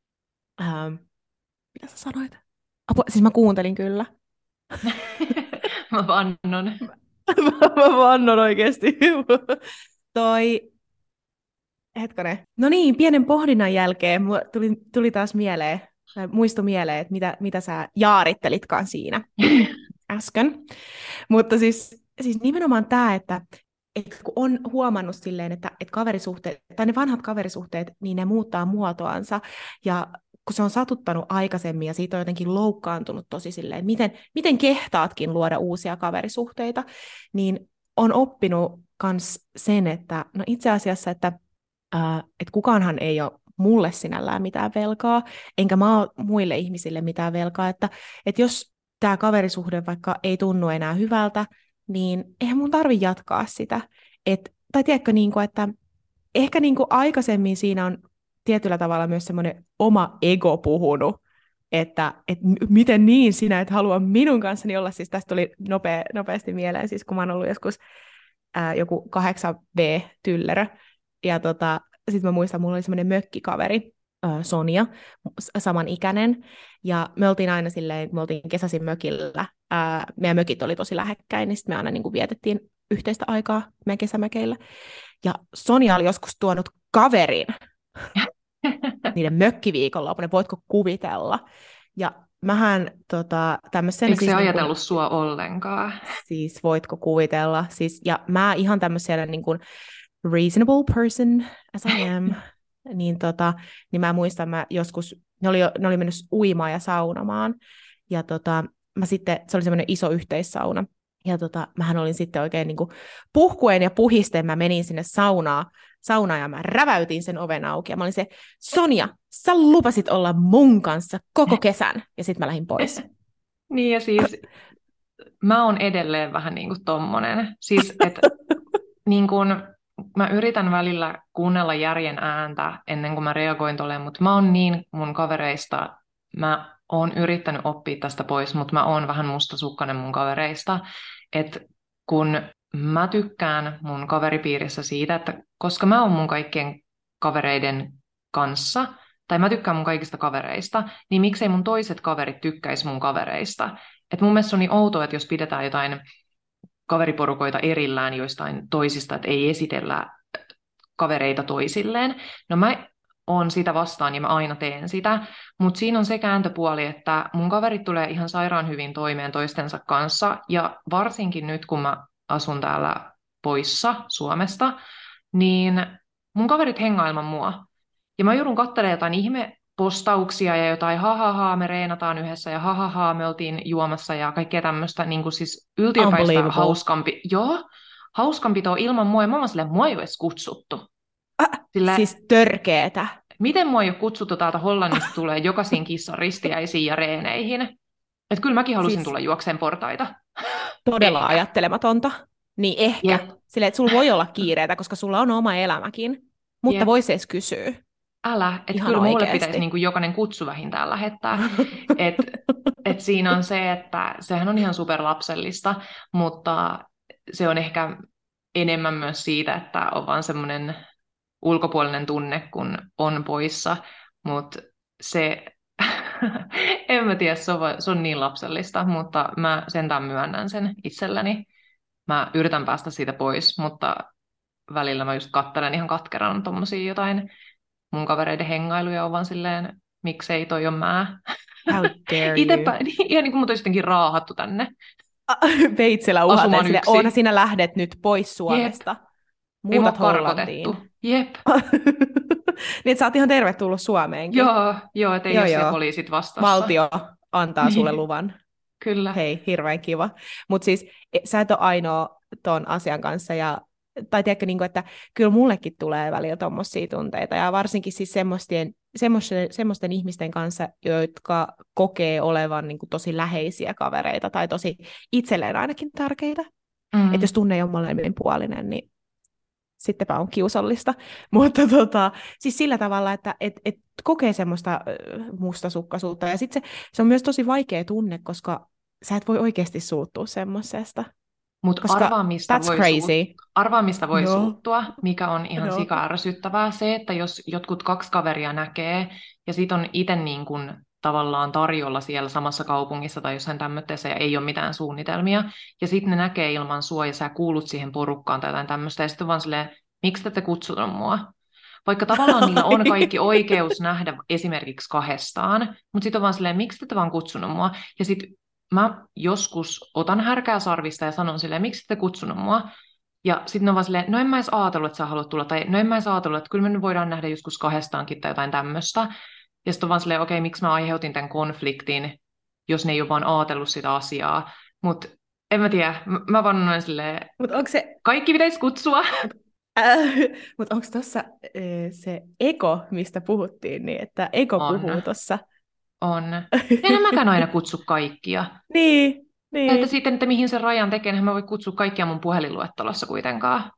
ää, mitä sä sanoit? Apua, siis mä kuuntelin kyllä. Mä vannon. Mä vannon oikeasti. Toi, hetkonen. No niin, pienen pohdinnan jälkeen tuli, tuli taas mieleen, tai muistu mieleen, että mitä, mitä sä jaarittelitkaan siinä äsken. Mutta siis, siis nimenomaan tämä, että, että kun on huomannut silleen, että, että kaverisuhteet, tai ne vanhat kaverisuhteet, niin ne muuttaa muotoansa, ja kun se on satuttanut aikaisemmin ja siitä on jotenkin loukkaantunut tosi silleen, miten, miten kehtaatkin luoda uusia kaverisuhteita, niin on oppinut myös sen, että no itse asiassa, että, ää, että kukaanhan ei ole mulle sinällään mitään velkaa, enkä mä ole muille ihmisille mitään velkaa, että, että jos tämä kaverisuhde vaikka ei tunnu enää hyvältä, niin eihän mun tarvitse jatkaa sitä. Et, tai tiedätkö, niin kuin, että ehkä niin kuin aikaisemmin siinä on tietyllä tavalla myös semmoinen oma ego puhunut, että et miten niin sinä et halua minun kanssani olla, siis tästä tuli nopea, nopeasti mieleen, siis kun mä oon ollut joskus ää, joku kahdeksan B-tyllerö, ja tota, sitten mä muistan, mulla oli semmoinen mökkikaveri, ää, Sonja, samanikäinen, ja me oltiin aina silleen, me oltiin kesäisin mökillä, ää, meidän mökit oli tosi lähekkäin, niin sitten me aina niin kuin vietettiin yhteistä aikaa meidän kesämökeillä, ja Sonja oli joskus tuonut kaverin, niiden mökkiviikonloppuun, voitko kuvitella? Ja mähän tota, tämmöisen... Eikö se siis ajatellut niin kuin, sua ollenkaan? Siis voitko kuvitella? Siis, ja mä ihan tämmöisellä niin kuin reasonable person as I am, niin, tota, niin mä muistan, mä joskus, ne oli, ne oli mennyt uimaan ja saunomaan, ja tota, mä sitten, se oli semmoinen iso yhteissauna. Ja tota, mähän olin sitten oikein niin kuin puhkuen ja puhisten, mä menin sinne saunaan, saunaan ja mä räväytin sen oven auki. Ja mä olin se, Sonja, sä lupasit olla mun kanssa koko kesän. Ja sitten mä lähdin pois. Niin ja siis mä oon edelleen vähän niin kuin tommonen. Siis että niin kuin mä yritän välillä kuunnella järjen ääntä ennen kuin mä reagoin tolleen, mutta mä oon niin mun kavereista, mä oon yrittänyt oppia tästä pois, mutta mä oon vähän mustasukkainen mun kavereista, että kun mä tykkään mun kaveripiirissä siitä, että koska mä oon mun kaikkien kavereiden kanssa, tai mä tykkään mun kaikista kavereista, niin miksei mun toiset kaverit tykkäisi mun kavereista. Et mun mielestä se on niin outoa, että jos pidetään jotain kaveriporukoita erillään joistain toisista, että ei esitellä kavereita toisilleen. No mä oon sitä vastaan ja mä aina teen sitä, mutta siinä on se kääntöpuoli, että mun kaverit tulee ihan sairaan hyvin toimeen toistensa kanssa, ja varsinkin nyt kun mä asun täällä poissa Suomesta, niin mun kaverit hengaa ilman mua. Ja mä joudun katselemaan jotain ihme postauksia ja jotain ha-ha-ha, me reenataan yhdessä ja ha-ha-ha, me oltiin juomassa ja kaikkea tämmöistä niin kuin siis yltiöpäistä hauskampi. Joo, hauskanpitoa ilman mua, ja mä oon silleen, mua ei ole edes kutsuttu. Äh, Sille, siis törkeetä. Miten mua ei ole kutsuttu täältä Hollannista tulee jokaisiin kissan ristiäisiin ja reeneihin? Että kyllä mäkin halusin siis tulla juokseen portaita. Todella ehkä ajattelematonta. Niin ehkä. Yep. Silleen, että sulla voi olla kiireitä, koska sulla on oma elämäkin. Mutta yep. Voisi edes kysyä. Älä, että kyllä mulle pitäisi niin kuin jokainen kutsu vähintään lähettää. Että et siinä on se, että sehän on ihan superlapsellista, mutta se on ehkä enemmän myös siitä, että on vaan semmoinen ulkopuolinen tunne, kun on poissa, mutta se, en mä tiedä, se on, se on niin lapsellista, mutta mä sentään myönnän sen itselläni. Mä yritän päästä siitä pois, mutta välillä mä just katselen ihan katkeran tommosia jotain mun kavereiden hengailuja, on vaan silleen, miksei toi on mä. How dare Itepä, you? ihan niin kuin mut olisi jotenkin raahattu tänne. Veitsellä uhaten sille, oona sinä lähdet nyt pois Suomesta. Jep. Muutat Hollantiin. Jep. Niin, että sä oot ihan tervetullut Suomeenkin. Joo, joo, ettei joo, ole joo. poliisit vastassa. Valtio antaa sulle luvan. Kyllä. Hei, hirveän kiva. Mutta siis sä et ole ainoa ton asian kanssa, ja, tai tiedätkö, niin kuin, että kyllä mullekin tulee välillä tommosia tunteita, ja varsinkin siis semmoisten, semmoisten, semmoisten ihmisten kanssa, jotka kokee olevan niin kuin tosi läheisiä kavereita, tai tosi itselleen ainakin tärkeitä. Mm-hmm. Että jos tunne ei ole molemminpuolinen, niin sittenpä on kiusallista, mutta tota, siis sillä tavalla, että et, et kokee semmoista äh, mustasukkaisuutta, ja sitten se, se on myös tosi vaikea tunne, koska sä et voi oikeasti suuttua semmoisesta. Mutta arvaamista voi, suut- arvaamista voi no. suuttua, mikä on ihan no. sika-ärsyttävää. Se, että jos jotkut kaksi kaveria näkee, ja sit on itse niin kun tavallaan tarjolla siellä samassa kaupungissa tai jossain tämmöisessä ja ei ole mitään suunnitelmia, ja sitten ne näkee ilman sua ja sä kuulut siihen porukkaan tai jotain tämmöistä, ja sitten vaan silleen, miksi te ette kutsunut mua? Vaikka tavallaan niillä on kaikki oikeus nähdä esimerkiksi kahdestaan, mutta sitten on vaan silleen, miksi te ette vaan kutsunut mua? Ja sitten mä joskus otan härkää sarvista ja sanon silleen, miksi te ette kutsunut mua? Ja sitten ne on vaan silleen, no en mä edes ajatellut, että sä haluat tulla, tai no en mä edes ajatellut, että kyllä me nyt voidaan nähdä joskus kahdestaankin tai jotain tämmöistä. Ja sitten on vaan silleen, okei, okay, miksi mä aiheutin tämän konfliktin, jos ne ei ole vaan ajatellut sitä asiaa. Mutta en mä tiedä, mä vaan noin silleen, Mut onko se... kaikki pitäisi kutsua. Äh, mutta onko tuossa äh, se ego, mistä puhuttiin, niin että ego on. puhuu tuossa? On. En mäkään aina kutsu kaikkia. niin, niin. Että sitten, että mihin sen rajan tekee, niin mä voin kutsua kaikkia mun puhelinluettelossa kuitenkaan.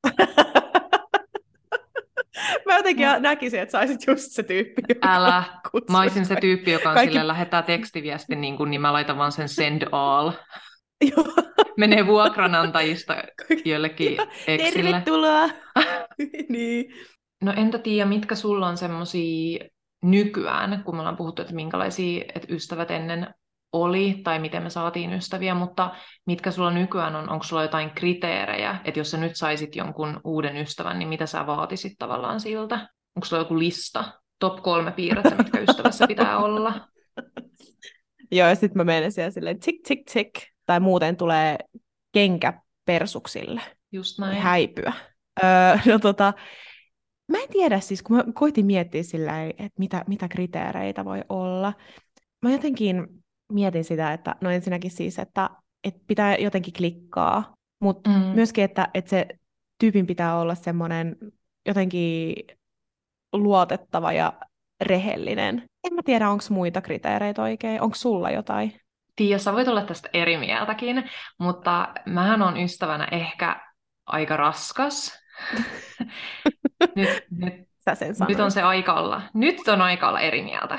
Mä jotenkin no. näkisin, että sä olisit just se tyyppi, joka Älä. Mä olisin se tyyppi, joka on Kaikki... silleen, lähettää tekstiviestin, niin, kun, niin mä laitan vaan sen send all. Menee vuokranantajista jollekin eksille. Tervetuloa! niin. No entä Tiia, mitkä sulla on semmosia nykyään, kun me ollaan puhuttu, että minkälaisia että ystävät ennen oli, tai miten me saatiin ystäviä, mutta mitkä sulla nykyään on, onko sulla jotain kriteerejä, että jos sä nyt saisit jonkun uuden ystävän, niin mitä sä vaatisit tavallaan siltä? Onko sulla joku lista, top kolme piirrettä, mitkä ystävässä pitää olla? Joo, ja sitten mä menen siellä silleen tik tik tik, tai muuten tulee kenkä persuksille. Just näin. Häipyä. Öö, no tota, mä en tiedä siis, kun mä koitin miettiä sillä että mitä, mitä kriteereitä voi olla. Mä jotenkin, mietin sitä, että no ensinnäkin siis, että, että pitää jotenkin klikkaa, mutta Mm. myöskin, että, että se tyypin pitää olla semmoinen jotenkin luotettava ja rehellinen. En mä tiedä, onko muita kriteereitä oikein. Onko sulla jotain? Tiia, sä voit olla tästä eri mieltäkin, mutta mähän on ystävänä ehkä aika raskas. Nyt, nyt, Sä sen nyt on sanoit. se aika olla. Nyt on aika olla eri mieltä.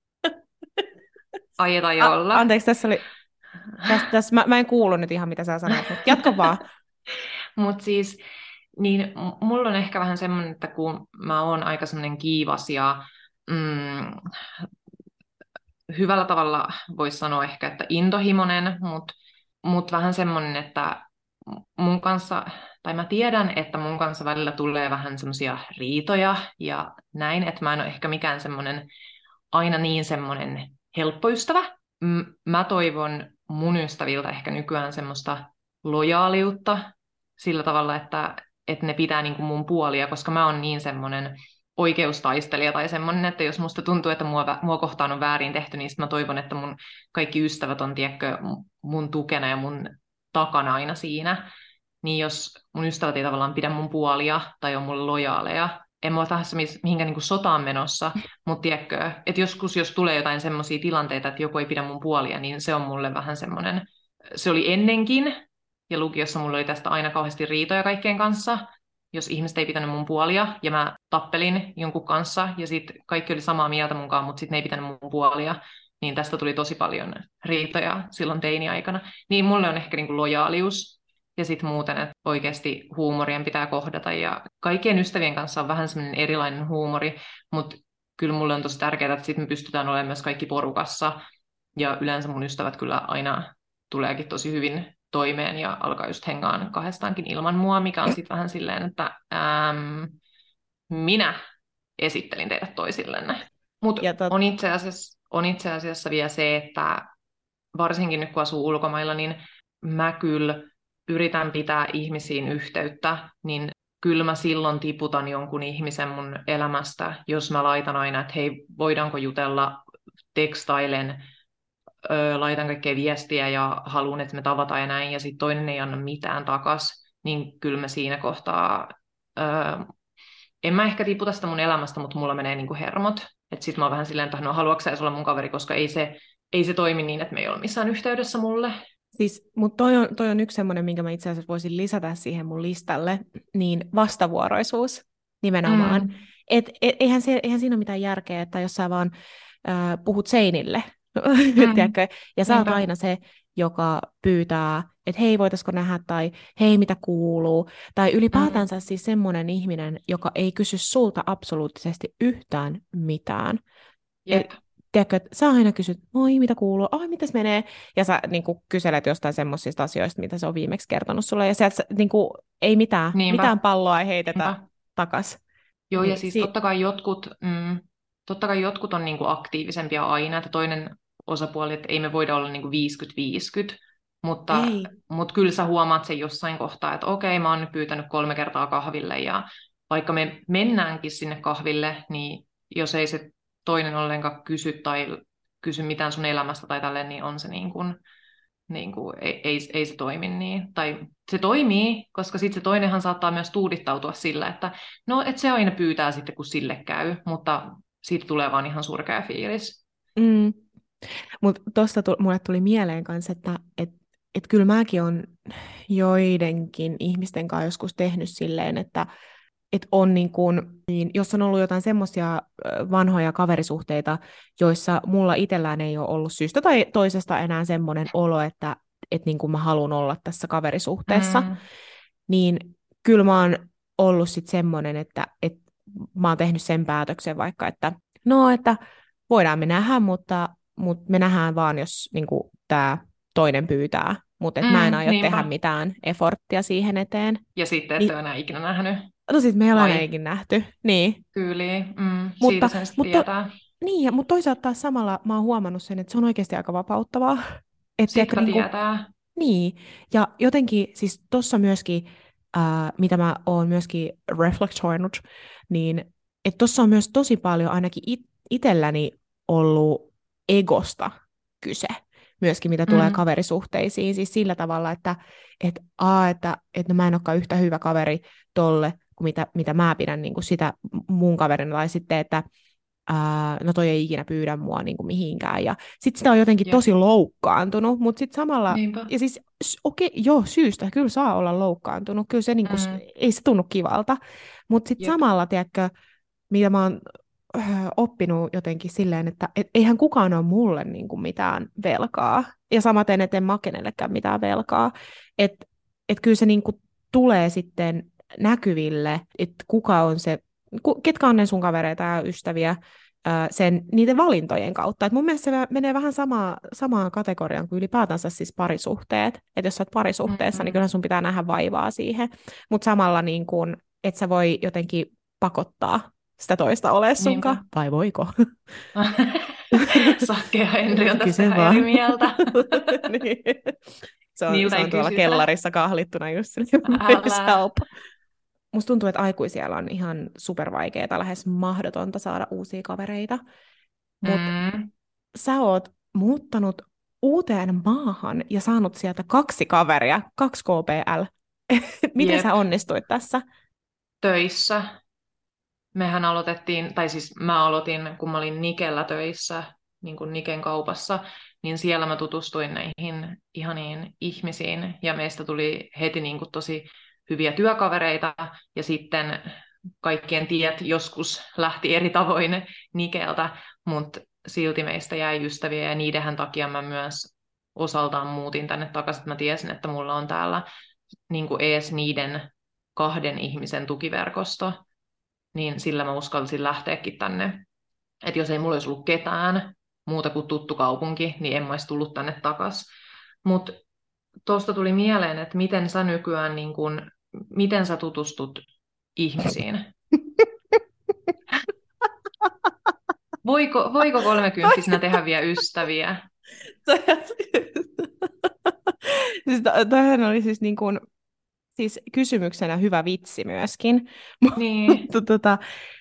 Aietaan jo A- olla. anteeksi, tässä oli... Tässä, tässä, mä, mä en kuullut nyt ihan, mitä sä sanoit, mutta jatka vaan. Mutta siis, niin m- mulla on ehkä vähän semmoinen, että kun mä oon aika semmoinen kiivas ja mm, hyvällä tavalla voisi sanoa ehkä, että intohimoinen, mutta mut vähän semmoinen, että mun kanssa, tai mä tiedän, että mun kanssa välillä tulee vähän semmoisia riitoja ja näin, että mä en ole ehkä mikään semmoinen, aina niin semmoinen helppo ystävä. M- mä toivon mun ystäviltä ehkä nykyään semmoista lojaaliutta sillä tavalla, että, että ne pitää niin kuin mun puolia, koska mä oon niin semmoinen oikeustaistelija tai semmoinen, että jos musta tuntuu, että mua, vä- mua kohtaan on väärin tehty, niin sit mä toivon, että mun kaikki ystävät on, tiedätkö, mun tukena ja mun takana aina siinä. Niin jos mun ystävät ei tavallaan pidä mun puolia tai on mulle lojaaleja, en mä ole tässä mihinkään niin kuin sotaan menossa, mutta tiedätkö, että joskus jos tulee jotain semmoisia tilanteita, että joku ei pidä mun puolia, niin se on mulle vähän semmoinen, se oli ennenkin, ja lukiossa mulla oli tästä aina kauheasti riitoja kaikkien kanssa, jos ihmiset ei pitänyt mun puolia, ja mä tappelin jonkun kanssa, ja sitten kaikki oli samaa mieltä munkaan, mutta sitten ne ei pitänyt mun puolia, niin tästä tuli tosi paljon riitoja silloin teini-aikana. Niin mulle on ehkä niinku lojaalius, ja sitten muuten, että oikeasti huumorien pitää kohdata, ja kaikkien ystävien kanssa on vähän semmoinen erilainen huumori, mutta kyllä mulle on tosi tärkeää, että sitten me pystytään olemaan myös kaikki porukassa, ja yleensä mun ystävät kyllä aina tuleekin tosi hyvin toimeen ja alkaa just hengaan kahdestaankin ilman mua, mikä on sitten vähän silleen, että äm, minä esittelin teidät toisillenne. Mutta Tot... on, itse asiassa, on itse asiassa vielä se, että varsinkin nyt kun asuu ulkomailla, niin mä kyllä yritän pitää ihmisiin yhteyttä, niin kyllä mä silloin tiputan jonkun ihmisen mun elämästä, jos mä laitan aina, että hei, voidaanko jutella tekstailen, ö, laitan kaikkea viestiä ja haluan, että me tavataan ja näin, ja sitten toinen ei anna mitään takas, niin kyllä mä siinä kohtaa, ö, en mä ehkä tiputa sitä mun elämästä, mutta mulla menee niinku hermot. Että sit mä oon vähän silleen, että no haluatko sä edes olla mun kaveri, koska ei se, ei se toimi niin, että me ei ole missään yhteydessä mulle. Siis, mutta toi on, toi on yksi semmoinen, minkä mä itse asiassa voisin lisätä siihen mun listalle, niin vastavuoroisuus nimenomaan. Mm. Et, et, eihän, se, eihän siinä ole mitään järkeä, että jos sä vaan äh, puhut seinille, mm. tiedätkö, ja sä oot aina se, joka pyytää, että hei, voitaisiko nähdä, tai hei, mitä kuuluu, tai ylipäätänsä mm. siis semmoinen ihminen, joka ei kysy sulta absoluuttisesti yhtään mitään. Yep. Et, tiedätkö, että sä aina kysyt, moi, mitä kuuluu, ai, mitäs menee, ja sä niin kuin, kyselet jostain semmoisista asioista, mitä se on viimeksi kertonut sulle, ja sieltä niin kuin, ei mitään, Niinpä. mitään palloa ei heitetä Niinpä. takas. Joo, niin, ja siis si- totta kai jotkut, mm, totta kai jotkut on niin kuin aktiivisempia aina, että toinen osapuoli, että ei me voida olla niin kuin viisikymmentä viisikymmentä, mutta, mutta kyllä sä huomaat sen jossain kohtaa, että okei, mä oon nyt pyytänyt kolme kertaa kahville, ja vaikka me mennäänkin sinne kahville, niin jos ei se toinen ollenkaan kysy tai kysy mitään sun elämästä tai tälleen, niin on se niin kuin, niin kuin, ei, ei, ei se toimi niin. Tai se toimii, koska sitten se toinenhan saattaa myös tuudittautua sillä, että no, et se aina pyytää sitten, kun sille käy, mutta siitä tulee vaan ihan surkea fiilis. Mm. Mutta tuosta tu- mulle tuli mieleen kanssa, että et, et kyllä mäkin on joidenkin ihmisten kanssa joskus tehnyt silleen, että et on niin kun, niin jos on ollut jotain semmoisia vanhoja kaverisuhteita, joissa mulla itsellään ei ole ollut syystä tai toisesta enää semmoinen olo, että et niin kun mä haluan olla tässä kaverisuhteessa, mm. niin kyllä mä oon ollut sitten semmoinen, että et mä oon tehnyt sen päätöksen vaikka, että no, että voidaan me nähdä, mutta, mutta me nähdään vaan, jos niin tämä toinen pyytää, mutta mm, mä en aio niinpä. tehdä mitään efforttia siihen eteen. Ja sitten ette ole enää ikinä nähnyt. No sit me ei ole enää ikinä nähty, niin. Tyyliin, mm, mutta, siitä sen mutta, tietää. Niin, mutta toisaalta taas samalla mä oon huomannut sen, että se on oikeasti aika vapauttavaa. Sitten niin tietää. Niin, ja jotenkin siis tuossa myöskin, äh, mitä mä oon myöskin reflektoinut, niin että tuossa on myös tosi paljon ainakin it- itselläni ollut egosta kyse. myöskin mitä tulee Mm. kaverisuhteisiin, siis sillä tavalla, että et, a, että et no mä en olekaan yhtä hyvä kaveri tolle, kuin mitä, mitä mä pidän niin kuin sitä mun kaverina, tai sitten, että ää, no toi ei ikinä pyydä mua niin kuin mihinkään, ja sitten sitä on jotenkin Jep. tosi loukkaantunut, mutta sitten samalla, Niinpä. ja siis okei, okay, joo, syystä, kyllä saa olla loukkaantunut, kyllä se niin kuin, Mm. ei se tunnu kivalta, mutta sitten Jep. samalla, tiedätkö, mitä mä oon öö, oppinut jotenkin silleen, että et, eihän kukaan ole mulle niin kuin mitään velkaa, ja samaten, et en mä kenellekään mitään velkaa, että et kyllä se niin kuin tulee sitten näkyville, että kuka on se, ku, ketkä on ne sun kavereita ja ystäviä, sen, niiden valintojen kautta. Et mun mielestä se menee vähän sama, samaan kategoriaan kuin ylipäätänsä siis parisuhteet. Että jos sä oot parisuhteessa, niin Mm. kyllä sun pitää nähdä vaivaa siihen. Mutta samalla niin kun, et sä voi jotenkin pakottaa sitä toista ole sunkaan. Niinpä. Vai voiko? Sakke ja Henri on tästä Kysy ihan vaan. eri mieltä. Niin. Se on, Niiltä se ei on tuolla kysytä. kellarissa kahlittuna just silleen, please Älä. help. Musta tuntuu, että aikuisiellä on ihan supervaikeaa, lähes mahdotonta saada uusia kavereita. Mutta Mm. sä oot muuttanut uuteen maahan ja saanut sieltä kaksi kaveria, kaksi K P L. Miten Jep. sä onnistuit tässä? Töissä. Mehän aloitettiin, tai siis mä aloitin, kun mä olin Nikellä töissä, niin kuin Niken kaupassa, niin siellä mä tutustuin näihin ihaniin ihmisiin, ja meistä tuli heti niin kuin tosi hyviä työkavereita, ja sitten kaikkien tiet joskus lähti eri tavoin Nikeltä, mutta silti meistä jäi ystäviä, ja niidenhän takia mä myös osaltaan muutin tänne takaisin, mä tiesin, että mulla on täällä niin kuin ees niiden kahden ihmisen tukiverkosto, niin sillä mä uskalsin lähteäkin tänne. Että jos ei mulla olisi ollut ketään muuta kuin tuttu kaupunki, niin en mä olisi tullut tänne takas. Mutta tuosta tuli mieleen, että miten sä nykyään, niin kun, miten sä tutustut ihmisiin? Voiko, voiko kolmekymppisenä tehdä vielä ystäviä? Siis to- toihan oli siis, niin kuin, siis kysymyksenä hyvä vitsi myöskin. Niin, Mutta tota,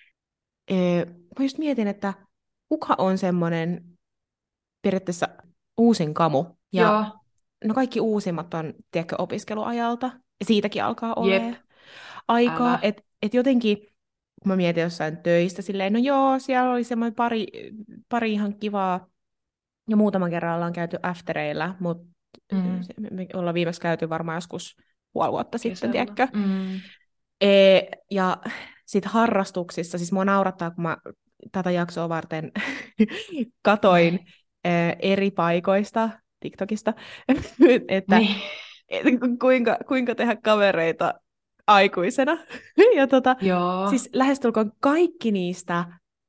eh, mä just mietin, että kuka on semmoinen periaatteessa uusin kamu. Ja joo, no kaikki uusimmat on, tiedätkö, opiskeluajalta. Ja siitäkin alkaa jep, olemaan aikaa. älä. Että et jotenkin, kun mä mietin jossain töistä, silleen, no joo, siellä oli semmoinen pari, pari ihan kivaa. Ja muutaman kerran ollaan käyty aftereilla, mutta Mm, me ollaan viimeksi käyty varmaan joskus puoli vuotta sitten, kesällä. tiedätkö? Mm, E, ja sitten harrastuksissa, siis mua naurattaa, kun mä tätä jaksoa varten katoin niin, e, eri paikoista, TikTokista, että niin, et, kuinka, kuinka tehdä kavereita aikuisena. Ja tota, joo. siis lähestulkoon kaikki niistä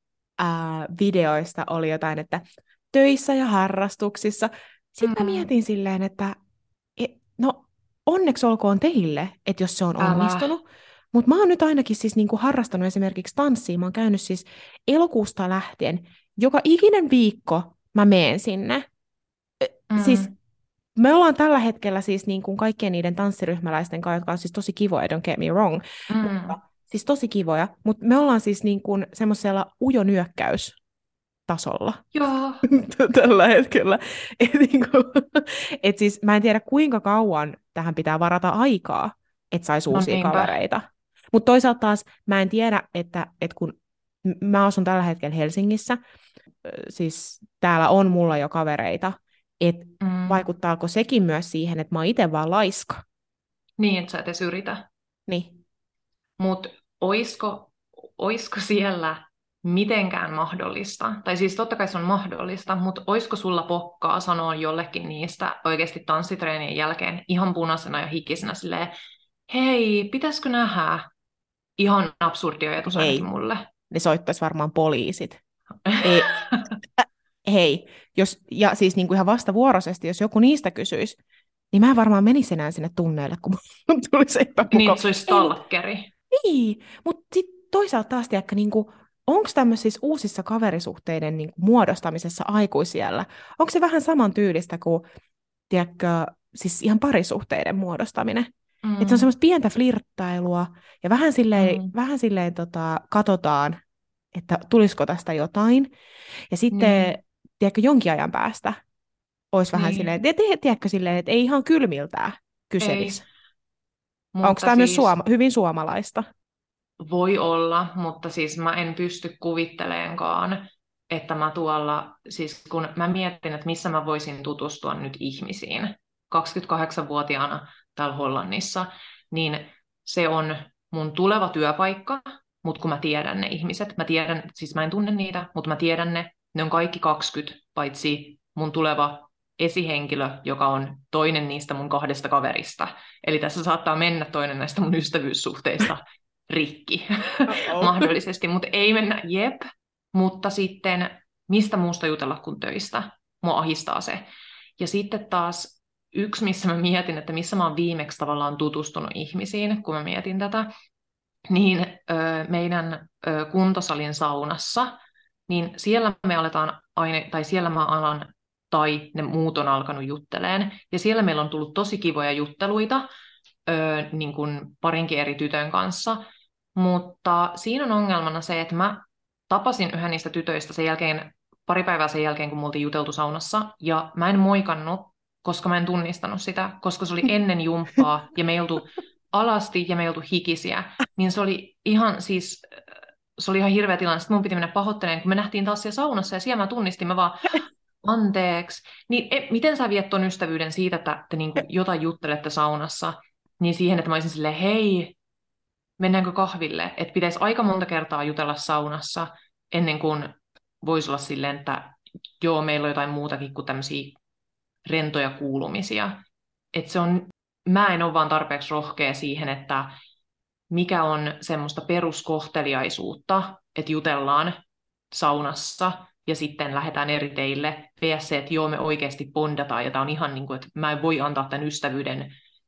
ää, videoista oli jotain, että töissä ja harrastuksissa. Sitten mä Mm, mietin silleen, että e, no onneksi olkoon teille, että jos se on älä. onnistunut. Mutta mä oon nyt ainakin siis niinku harrastanut esimerkiksi tanssia. Mä oon käynyt siis elokuusta lähtien. Joka ikinen viikko mä meen sinne. Siis Mm, me ollaan tällä hetkellä siis niin kuin kaikkien niiden tanssiryhmäläisten kanssa, jotka on siis tosi kivoja, don't get me wrong, mutta mm, siis tosi kivoja, mutta me ollaan siis niin kuin semmoisella ujonyyökkäystasolla joo. tällä hetkellä. Et, niin kuin, et siis mä en tiedä kuinka kauan tähän pitää varata aikaa, että saisi No uusia niinpä. kavereita. Mutta toisaalta taas mä en tiedä, että, että kun m- mä asun tällä hetkellä Helsingissä, ö, siis täällä on mulla jo kavereita, että Mm. vaikuttaako sekin myös siihen, että mä oon itse vaan laiska. Niin, että sä et edes yritä. Niin. Mutta oisko, oisko siellä mitenkään mahdollista, tai siis totta kai se on mahdollista, mutta oisko sulla pokkaa sanoa jollekin niistä oikeasti tanssitreenien jälkeen ihan punaisena ja hikisenä silleen, hei, pitäisikö nähdä? Ihan absurdi ajatus ainakin Hei, mulle. ne soittaisi varmaan poliisit. Ei, äh, hei, jos, ja siis niin kuin ihan vastavuoroisesti, jos joku niistä kysyisi, niin mä en varmaan menisi enää sinne tunneille, kun mun tulisi Niin, epämukava. että se olisi Ei, mut, stalkeri. niin, mutta sitten toisaalta taas, tiedätkö, niin kuin, onko tämmöisissä uusissa kaverisuhteiden niin kuin, muodostamisessa aikuisiellä, onko se vähän saman tyylistä kuin, tiedätkö, siis ihan parisuhteiden muodostaminen? Mm. Että se on semmoista pientä flirttailua, ja vähän silleen, Mm. vähän silleen tota, katsotaan, että tulisiko tästä jotain. Ja sitten, Niin. tiedätkö, jonkin ajan päästä olisi vähän Niin, silleen, te, te, tiedätkö silleen, että ei ihan kylmiltään kyselisi. ei, Onko mutta tämä myös siis suoma, hyvin suomalaista? voi olla, mutta siis mä en pysty kuvitteleenkaan, että mä tuolla, siis kun mä mietin, että missä mä voisin tutustua nyt ihmisiin kaksikymmentäkahdeksanvuotiaana täällä Hollannissa, niin se on mun tuleva työpaikka, mutta kun mä tiedän ne ihmiset, mä tiedän, siis mä en tunne niitä, mutta mä tiedän ne, ne on kaikki kaksikymmentä, paitsi mun tuleva esihenkilö, joka on toinen niistä mun kahdesta kaverista. Eli tässä saattaa mennä toinen näistä mun ystävyyssuhteista rikki Uh-oh. mahdollisesti, mutta ei mennä, jep. Mutta sitten mistä muusta jutella kuin töistä? Mua ahistaa se. Ja sitten taas yksi, missä mä mietin, että missä mä oon viimeksi tavallaan tutustunut ihmisiin, kun mä mietin tätä, niin ö, meidän ö, kuntosalin saunassa, niin siellä me aletaan aina, tai siellä mä alan, tai ne muut on alkanut jutteleen, ja siellä meillä on tullut tosi kivoja jutteluita, ö, niin kuin parinkin eri tytön kanssa, mutta siinä on ongelmana se, että mä tapasin yhden niistä tytöistä sen jälkeen, pari päivää sen jälkeen, kun me oltiin juteltu saunassa, ja mä en moikannut, koska mä en tunnistanut sitä, koska se oli ennen jumppaa, ja me ei oltu alasti, ja me ei oltu hikisiä, niin se oli ihan siis, se oli ihan hirveä tilanne. Sitten mun piti mennä pahoitteleen, kun me nähtiin taas siellä saunassa, ja siellä mä tunnistin, mä vaan, anteeksi. Niin e, miten sä viet ton ystävyyden siitä, että te niinku jotain juttelette saunassa, niin siihen, että mä olisin silleen, hei, mennäänkö kahville? Että pitäisi aika monta kertaa jutella saunassa ennen kuin voisi olla silleen, että joo, meillä on jotain muutakin kuin tämmöisiä rentoja kuulumisia. Että se on, mä en ole vaan tarpeeksi rohkea siihen, että mikä on semmoista peruskohteliaisuutta, että jutellaan saunassa ja sitten lähdetään eri teille. V S C, että joo, me oikeasti bondataan ja tämä on ihan niin kuin, että mä en voi antaa tämän ystävyyden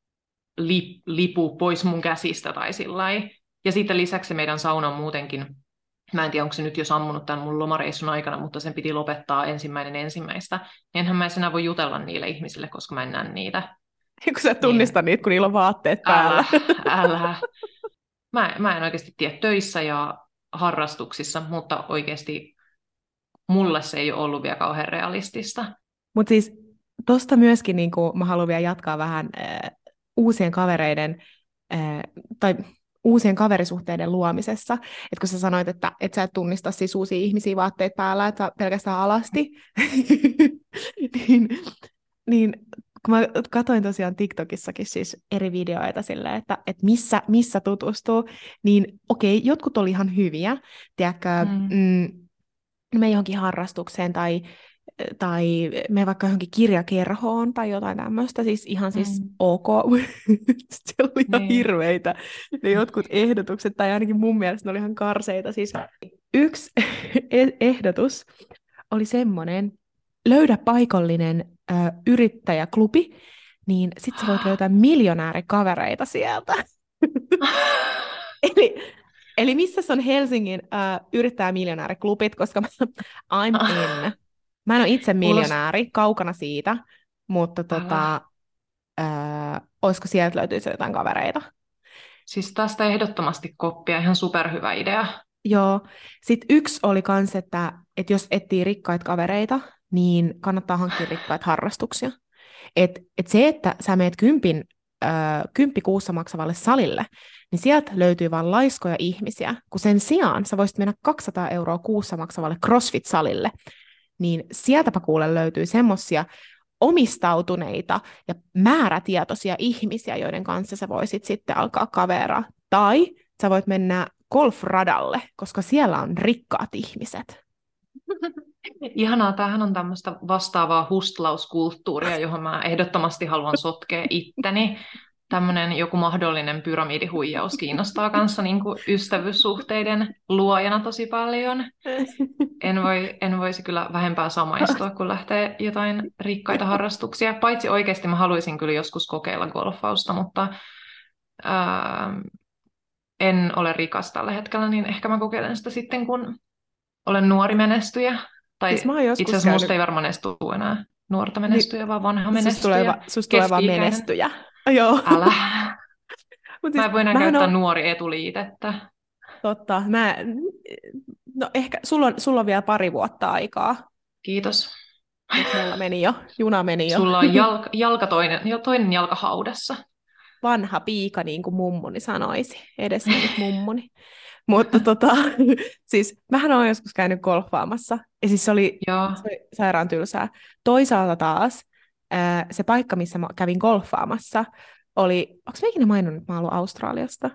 lip, lipu pois mun käsistä tai sillai. Ja sitten lisäksi meidän sauna on muutenkin, mä en tiedä onko se nyt jo sammunut tämän mun lomareissun aikana, mutta sen piti lopettaa ensimmäinen ensimmäistä. Enhän mä enää voi jutella niille ihmisille, koska mä en näe niitä. Kun sä et tunnista Niin, niitä, kun niillä on vaatteet päällä. älä, älä. Mä, mä en oikeasti tiedä töissä ja harrastuksissa, mutta oikeasti mulle se ei ole ollut vielä kauhean realistista. Mutta siis tuosta myöskin niin mä haluan vielä jatkaa vähän äh, uusien kavereiden äh, tai uusien kaverisuhteiden luomisessa. Että kun sä sanoit, että et sä et tunnista siis uusia ihmisiä vaatteet päällä, että sä pelkästään alasti, niin, niin kun mä katsoin tosiaan TikTokissakin siis eri videoita silleen, että, että missä, missä tutustuu, niin okei, jotkut oli ihan hyviä, tiedätkö, Mm. mm, me johonkin harrastukseen tai, tai me vaikka johonkin kirjakerhoon tai jotain tämmöistä, siis ihan siis Mm. ok. Siellä oli ihan Niin. hirveitä ne jotkut ehdotukset, tai ainakin mun mielestä ne oli ihan karseita. Siis yksi e- ehdotus oli semmoinen, löydä paikallinen ö, yrittäjäklubi, niin sit sä voit löytää miljonäärikavereita sieltä. Eli Eli missä on Helsingin uh, yrittäjämiljonääriklubit, koska mä, I'm in. Mä en ole itse miljonääri, kaukana siitä, mutta tota, uh, olisiko sieltä löytyisi jotain kavereita? Siis tästä ehdottomasti koppia, ihan superhyvä idea. Joo. Sitten yksi oli kans, että, että jos etsii rikkaita kavereita, niin kannattaa hankkia rikkaita harrastuksia. Et, et se, että sä meet kympin, ö, kymppi kuussa maksavalle salille, niin sieltä löytyy vain laiskoja ihmisiä, kun sen sijaan sä voisit mennä kaksisataa euroa kuussa maksavalle CrossFit-salille, niin sieltäpä kuule löytyy semmoisia omistautuneita ja määrätietoisia ihmisiä, joiden kanssa sä voisit sitten alkaa kaveraa. Tai sä voit mennä golfradalle, koska siellä on rikkaat ihmiset. Ihanaa, tämähän on tämmöistä vastaavaa hustlauskulttuuria, johon mä ehdottomasti haluan sotkea itteni. Tämmöinen joku mahdollinen pyramidihuijaus kiinnostaa kanssa niin kuin ystävyyssuhteiden luojana tosi paljon. En, voi, en voisi kyllä vähempää samaistua, kun lähtee jotain rikkaita harrastuksia. Paitsi oikeasti mä haluaisin kyllä joskus kokeilla golfausta, mutta ää, en ole rikas tällä hetkellä, niin ehkä mä kokeilen sitä sitten, kun olen nuori menestyjä. Tai Siis mä oon joskus itse asiassa musta käynyt... ei varmaan edes tule enää nuorta menestyjä, niin, vaan vanha menestyjä. Susta tulee, va- sus tulee vaan menestyjä. Joo. Älä. Mut Mä siis, en voi enää mähän käyttää on... nuori etuliitettä. Totta. Mä... No ehkä sulla on, sulla on vielä pari vuotta aikaa. Kiitos. Mutta mulla meni jo, juna meni jo. Sulla on jalka, jalka toinen, jo toinen jalka haudassa. Vanha piika, niin kuin mummuni sanoisi, edesmennyt mummuni. Mutta tota, siis mähän olen joskus käynyt golfaamassa, ja siis se oli, Joo. se oli sairaan tylsää. Toisaalta taas ää, se paikka, missä mä kävin golfaamassa, oli, onko mä ikinä maininnut, että mä oon ollut Australiasta?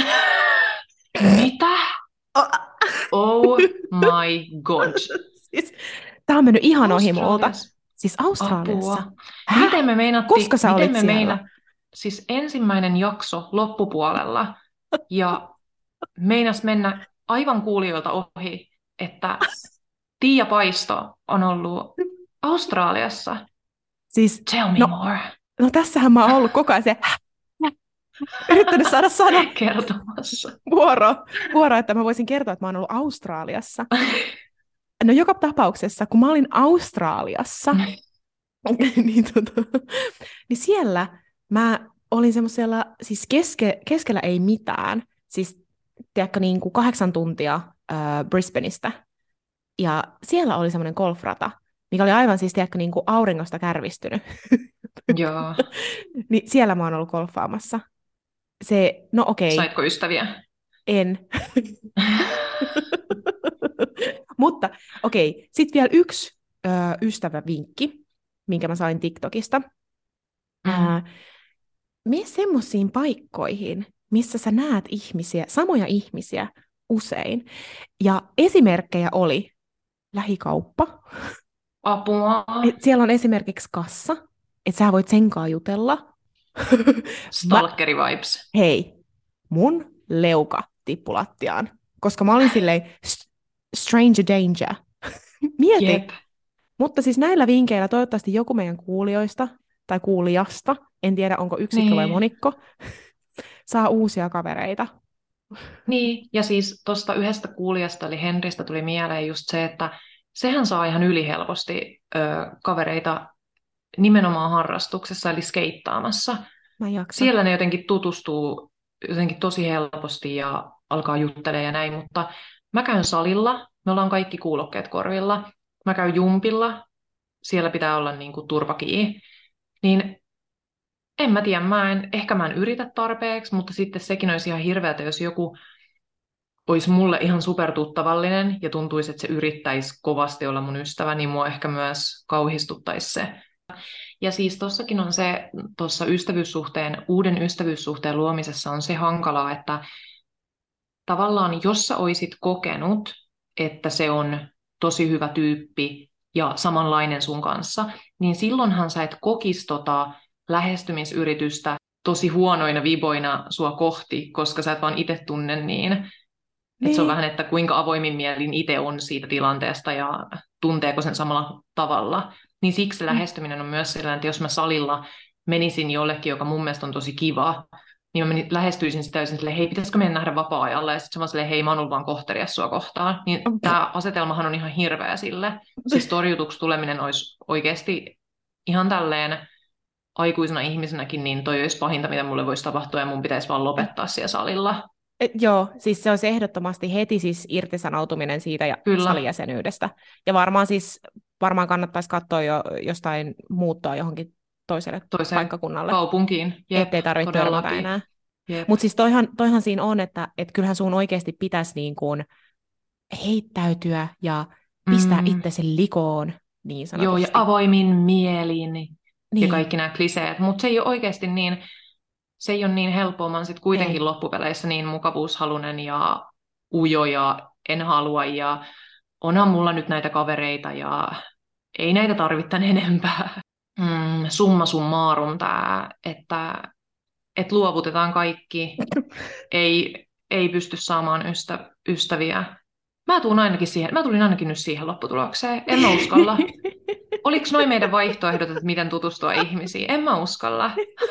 Mitä? Oh my god. Siis, tää on mennyt ihan ohi multa. Australiassa? Siis Australiassa. Apua. Häh? Miten me meinattiin, Koska sä miten olit me siellä? meina, siis ensimmäinen jakso loppupuolella ja meinas mennä aivan kuulijoilta ohi, että Tiia Paisto on ollut Australiassa. Siis, Tell me no, more. no tässähän mä oon ollut koko ajan se, yrittänyt saada sana Kertomassa. vuoro, vuoro, että mä voisin kertoa, että mä oon ollut Australiassa. No joka tapauksessa, kun mä olin Australiassa, niin, tota, niin siellä mä olin semmoisella, siis keske, keskellä ei mitään, siis tiedätkö, niin kuin kahdeksan tuntia äh, Brisbaneista, ja siellä oli semmoinen golfrata, mikä oli aivan siis, tiedätkö, niin kuin auringosta kärvistynyt. Joo. Niin siellä mä oon ollut golfaamassa. Se, no okei. Okay. Saitko ystäviä? En. Mutta okei, okay. Sitten vielä yksi ö, ystävävinkki, minkä mä sain TikTokista. Mm. Ää, mene semmoisiin paikkoihin, missä sä näet ihmisiä, samoja ihmisiä usein. Ja esimerkkejä oli lähikauppa. Apua. Et siellä on esimerkiksi kassa, että sä voit sen kanssa jutella. Stalkeri vibes. Hei, mun leuka tippui lattiaan, koska mä olin silleen stranger danger. Mieti. Jep. Mutta siis näillä vinkkeillä toivottavasti joku meidän kuulijoista tai kuulijasta, en tiedä onko yksikkö niin. vai monikko, saa uusia kavereita. Niin, ja siis tuosta yhdestä kuulijasta, eli Henristä, tuli mieleen just se, että sehän saa ihan ylihelposti ö, kavereita nimenomaan harrastuksessa, eli skeittaamassa. Siellä ne jotenkin tutustuu jotenkin tosi helposti ja alkaa juttelemaan ja näin, mutta mä käyn salilla, me ollaan kaikki kuulokkeet korvilla, mä käyn jumpilla, siellä pitää olla niin kuin turva kiinni, niin en mä tiedä, mä en, ehkä mä en yritä tarpeeksi, mutta sitten sekin olisi ihan hirveätä, jos joku olisi mulle ihan supertuttavallinen ja tuntuisi, että se yrittäisi kovasti olla mun ystävä, niin mua ehkä myös kauhistuttaisi se. Ja siis tossakin on se, tuossa ystävyyssuhteen, uuden ystävyyssuhteen luomisessa on se hankalaa, että tavallaan jos sä oisit kokenut, että se on tosi hyvä tyyppi ja samanlainen sun kanssa, niin silloinhan sä et kokisi tota lähestymisyritystä tosi huonoina viboina sua kohti, koska sä et vaan itse tunne niin. niin. Että se on vähän, että kuinka avoimin mielin itse on siitä tilanteesta ja tunteeko sen samalla tavalla. Niin siksi se lähestyminen on myös sellainen, että jos mä salilla menisin jollekin, joka mun mielestä on tosi kiva, niin mä menin, lähestyisin sitä täysin silleen, hei, pitäisikö meidän nähdä vapaa-ajalla? Ja sitten se vaan silleen, hei, mä oon ollut vaan kohtelias sua kohtaan. Niin okay. Tämä asetelmahan on ihan hirveä sille. Siis torjutuksi tuleminen olisi oikeasti ihan tälleen aikuisena ihmisenäkin, niin toi olisi pahinta, mitä mulle voisi tapahtua, ja mun pitäisi vaan lopettaa siellä salilla. Et, joo, siis se olisi ehdottomasti heti siis irtisanoutuminen siitä ja Kyllä. salijäsenyydestä. Ja varmaan siis, varmaan kannattaisi katsoa jo jostain muuttoa johonkin toiselle Toiseen paikkakunnalle. Kaupunkiin. Jep, ettei tarvitse törmätä enää. Mutta siis toihan, toihan siinä on, että et kyllähän sun oikeasti pitäisi niin kuin heittäytyä ja pistää mm. itsesi likoon, niin sanotusti. Joo, ja avoimin mielin niin. Ja kaikki nämä kliseet. Mutta se ei ole oikeasti niin, se ei ole niin helppoa. Mä oon sit kuitenkin ei. loppupeleissä niin mukavuushalunen ja ujo ja en halua. Ja onhan mulla nyt näitä kavereita ja ei näitä tarvitse enempää. Mm, summa summarum tää, että et luovutetaan kaikki, ei, ei pysty saamaan ystä, ystäviä. Mä, tuun ainakin siihen, mä tulin ainakin nyt siihen lopputulokseen, en mä uskalla. Oliko noin meidän vaihtoehdot, että miten tutustua ihmisiin? En mä uskalla.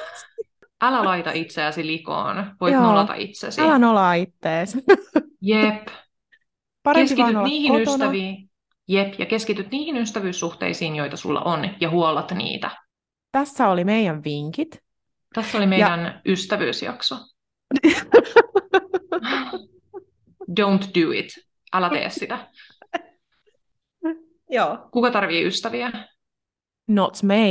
Älä laita itseäsi likoon, voit Joo, nolata itsesi. Älä nolaa itteesi. Jep. Parempi keskityt niihin kotona. ystäviin. Jep, ja keskityt niihin ystävyyssuhteisiin, joita sulla on, ja huollat niitä. Tässä oli meidän vinkit. Tässä oli meidän ja... ystävyysjakso. Don't do it. Älä tee sitä. Joo. Kuka tarvii ystäviä? Not me.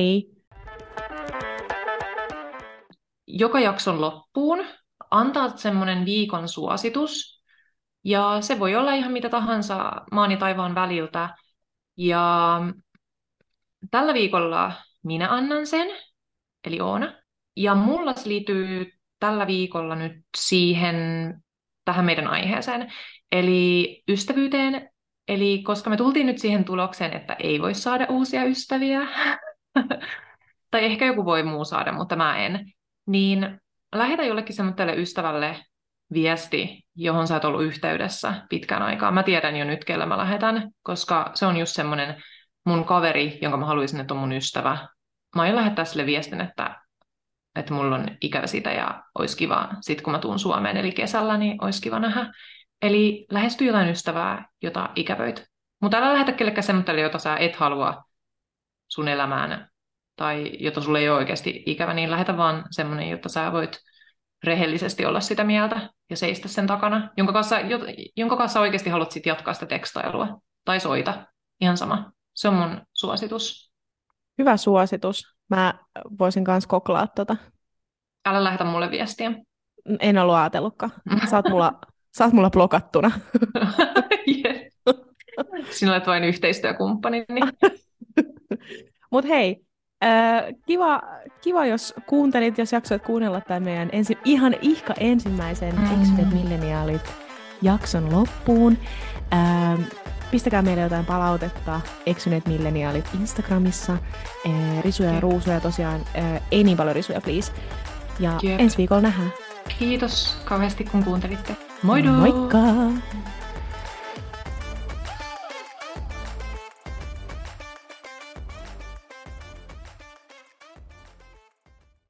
Joka jakson loppuun antaa semmoinen viikon suositus, ja se voi olla ihan mitä tahansa maan ja taivaan väliltä. Ja tällä viikolla minä annan sen, eli Oona. Ja mulla se liittyy tällä viikolla nyt siihen, tähän meidän aiheeseen, eli ystävyyteen. Eli koska me tultiin nyt siihen tulokseen, että ei voi saada uusia ystäviä, tai ehkä joku voi muu saada, mutta mä en, niin lähetä jollekin semmoiselle ystävälle viesti, johon sä et ollut yhteydessä pitkään aikaa. Mä tiedän jo nyt, kellä mä lähetän, koska se on just semmoinen mun kaveri, jonka mä haluaisin, että on mun ystävä. Mä aion lähettää sille viestin, että, että mulla on ikävä sitä ja olisi kiva, sit kun mä tuun Suomeen, eli kesällä, niin olisi kiva nähdä. Eli lähesty jotain ystävää, jota ikävöit. Mutta älä lähetä kellekään semmoiselle, jota sä et halua sun elämään, tai jota sulle ei ole oikeasti ikävä, niin lähetä vaan semmoinen, jotta sä voit rehellisesti olla sitä mieltä ja seistä sen takana, jonka kanssa, jonka kanssa oikeasti haluat sit jatkaa sitä tekstailua. Tai soita, ihan sama. Se on mun suositus. Hyvä suositus. Mä voisin kans koklaa tota. Älä lähetä mulle viestiä. En ollut ajatellutkaan. Sä oot mulla, sä oot mulla blokattuna. Yeah. Sinä olet vain yhteistyökumppani. Mut hei, äh, kiva, kiva, jos kuuntelit, jos jaksoit kuunnella tämän meidän ensi, ihan ihka ensimmäisen mm. Eksyneet milleniaalit jakson loppuun. Äh, pistäkää meille jotain palautetta, Eksyneet milleniaalit Instagramissa. Äh, risuja ja ruusuja tosiaan, äh, ei niin paljon risuja, please. Ja Jep. ensi viikolla nähdään. Kiitos kauheasti, kun kuuntelitte. Moido! Moikka!